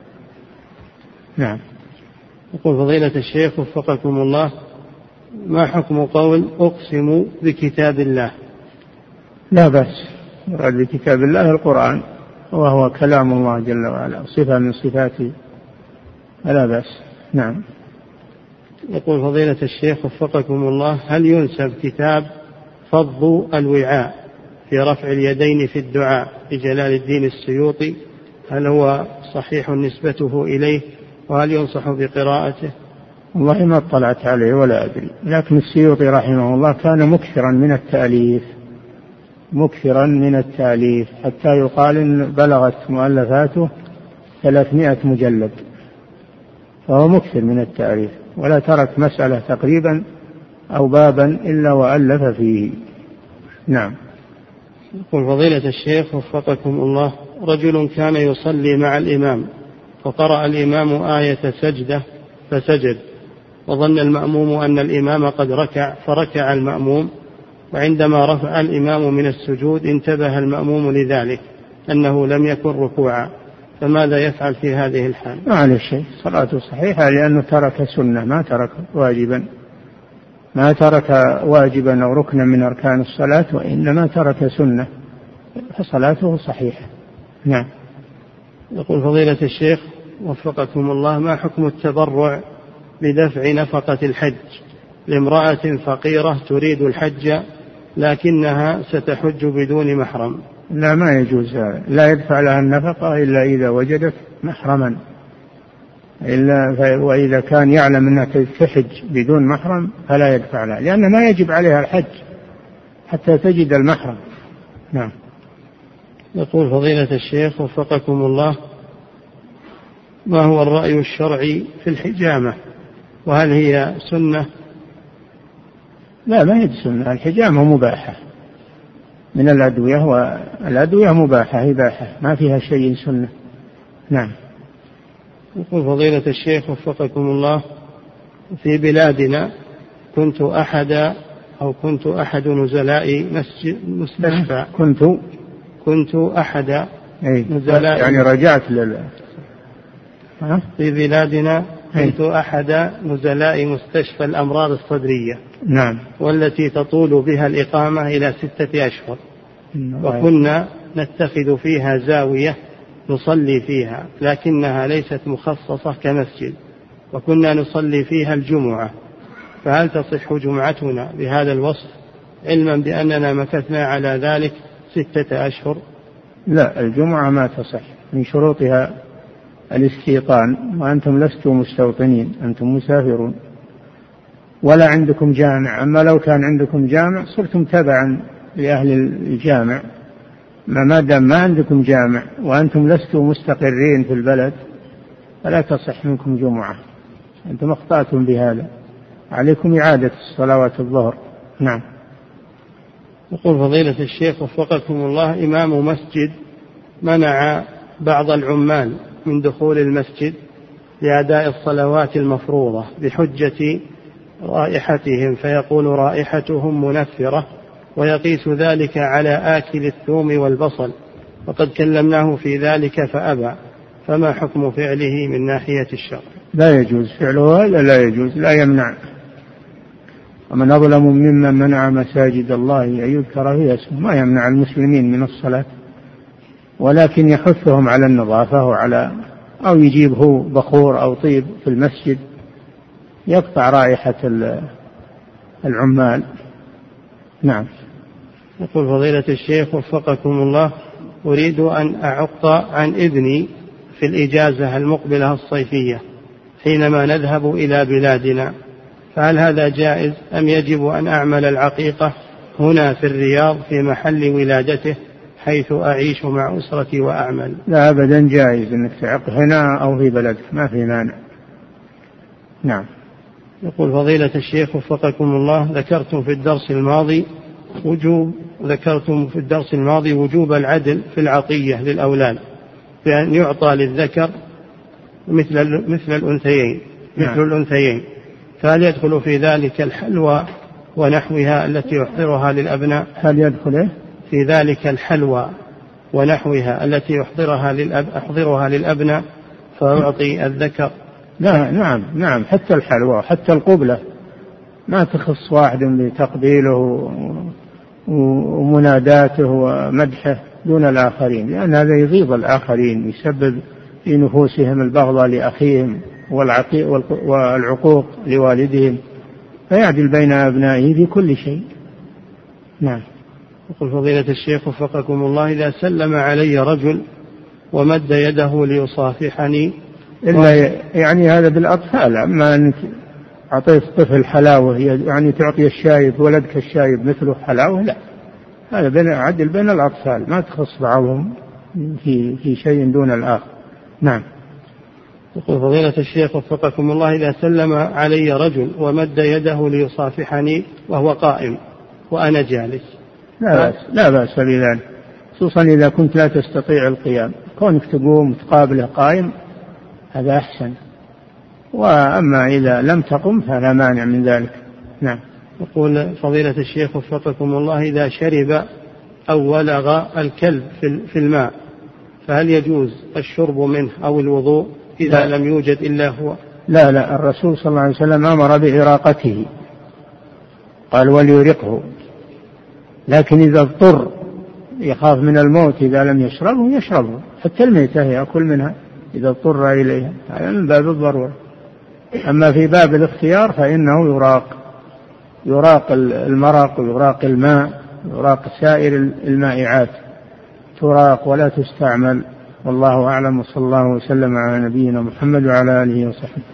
نعم. يقول فضيلة الشيخ وفقكم الله، ما حكم قول أقسم بكتاب الله؟ لا بأس، يراد بكتاب الله القرآن وهو كلام الله جل وعلا، صفة من صفاته، لا بأس. نعم. يقول فضيلة الشيخ وفقكم الله، هل ينسب كتاب فض الوعاء في رفع اليدين في الدعاء لجلال الدين السيوطي، هل هو صحيح نسبته إليه وهل ينصح بقراءته؟ والله ما اطلعت عليه ولا أدري، لكن السيوطي رحمه الله كان مكثرا من التأليف حتى يقال إن بلغت مؤلفاته 300 مجلد، فهو مكثر من التأليف، ولا ترك مسألة تقريبا أو بابا إلا وألف فيه. نعم. يقول فضيلة الشيخ وفقكم الله، رجل كان يصلي مع الإمام فقرأ الإمام آية سجدة فسجد، وظن المأموم أن الإمام قد ركع فركع المأموم، وعندما رفع الإمام من السجود انتبه المأموم لذلك أنه لم يكن ركوعا، فماذا يفعل في هذه الحال؟ ما عليه شيء، صلاته صحيحة، لأنه ترك سنة ما ترك واجبا أو ركنا من أركان الصلاة، وإنما ترك سنة، فصلاته صحيحة. نعم. يقول فضيلة الشيخ وفقكم الله، ما حكم التبرع بدفع نفقة الحج لامرأة فقيرة تريد الحج لكنها ستحج بدون محرم؟ لا، ما يجوز، لا يدفع لها النفقة إلا إذا وجدت محرما، وإذا كان يعلم أنها تحج بدون محرم فلا يدفع لها، لأن ما يجب عليها الحج حتى تجد المحرم. نعم. يقول فضيلة الشيخ وفقكم الله، ما هو الرأي الشرعي في الحجامة، وهل هي سنة؟ لا، ما هي سنة، الحجامة مباحة، من الأدوية، والأدوية مباحة إباحة ما فيها شيء سنة. نعم. يقول فضيلة الشيخ وفقكم الله: في بلادنا كنت أحد نزلاء مستشفى. كنت أحد نزلاء، يعني رجعت في بلادنا كنت أحد نزلاء مستشفى الأمراض الصدرية. نعم. والتي تطول بها الإقامة إلى 6 أشهر، وكنا نتخذ فيها زاوية نصلي فيها، لكنها ليست مخصصة كمسجد، وكنا نصلي فيها الجمعة، فهل تصح جمعتنا بهذا الوصف، علما بأننا مكثنا على ذلك 6 أشهر؟ لا، الجمعة ما تصح، من شروطها الاستيطان، وأنتم لستم مستوطنين، أنتم مسافرون ولا عندكم جامع. أما لو كان عندكم جامع صرتم تبعا لأهل الجامع، ما دام ما عندكم جامع وأنتم لستم مستقرين في البلد فلا تصح منكم جمعة، أنتم أخطأتم بهذا، عليكم إعادة الصلوات الظهر. نعم. يقول فضيلة الشيخ وفقكم الله: إمام مسجد منع بعض العمال من دخول المسجد لأداء الصلوات المفروضة بحجة رائحتهم، فيقول رائحتهم منفرة، ويقيس ذلك على آكل الثوم والبصل، وقد كلمناه في ذلك فأبى، فما حكم فعله من ناحية الشرع؟ لا يجوز فعله، لا يجوز، لا يمنع. ومن أظلم ممن منع مساجد الله أن يذكر فيها اسمه، ما يمنع المسلمين من الصلاة، ولكن يحثهم على النظافة أو يجيبه بخور أو طيب في المسجد يقطع رائحة العمال. نعم. يقول فضيلة الشيخ وفقكم الله: أريد أن أعق عن ابني في الإجازة المقبلة الصيفية حينما نذهب إلى بلادنا، فهل هذا جائز أم يجب أن أعمل العقيقة هنا في الرياض في محل ولادته حيث أعيش مع أسرتي وأعمل؟ لا أبدا، جائز أنك تعق هنا أو في بلدك، ما في مانع. نعم. يقول فضيلة الشيخ وفقكم الله: ذكرتم في الدرس الماضي وجوب العدل في العطية للأولاد، بأن يعطى للذكر مثل الأنثيين، فهل يدخل في ذلك الحلوى ونحوها التي يحضرها للأبناء؟ هل يدخل في ذلك الحلوى ونحوها التي أحضرها للأبناء فأعطي الذكر؟ لا. نعم، حتى الحلوى حتى القبلة ما تخص واحد بتقبيله ومناداته ومدحه دون الآخرين، لأن هذا يغيظ الآخرين، يسبب في نفوسهم البغضة لأخيهم والعقوق لوالدهم، فيعدل بين أبنائه في كل شيء. نعم. يقول فضيلة الشيخ وفقكم الله: إذا سلم علي رجل ومد يده ليصافحني، إلا يعني هذا بالأطفال، أما أنك أعطيت طفل حلاوة يعني تعطي الشايب ولدك الشايب مثله حلاوة، لا، هذا عدل بين الأطفال، ما تخص بعضهم في شيء دون الآخر. نعم. يقول فضيلة الشيخ وفقكم الله: إذا سلم علي رجل ومد يده ليصافحني وهو قائم وأنا جالس، لا بأس بذلك، خصوصا إذا كنت لا تستطيع القيام، كونك تقوم تقابله قائم هذا أحسن، وأما إذا لم تقم فلا مانع من ذلك. نعم. يقول فضيلة الشيخ وفقكم الله: إذا شرب أو ولغ الكلب في الماء فهل يجوز الشرب منه أو الوضوء إذا لم يوجد إلا هو؟ لا، الرسول صلى الله عليه وسلم أمر بإراقته، قال وليرقه، لكن إذا اضطر يخاف من الموت إذا لم يشربه، حتى الميتة يأكل منها إذا اضطر إليها، هذا من باب الضرورة. أما في باب الاختيار فإنه يراق المرق ويراق الماء، يراق سائر المائعات، تراق ولا تستعمل. والله أعلم، وصلى الله وسلم على نبينا محمد وعلى آله وصحبه.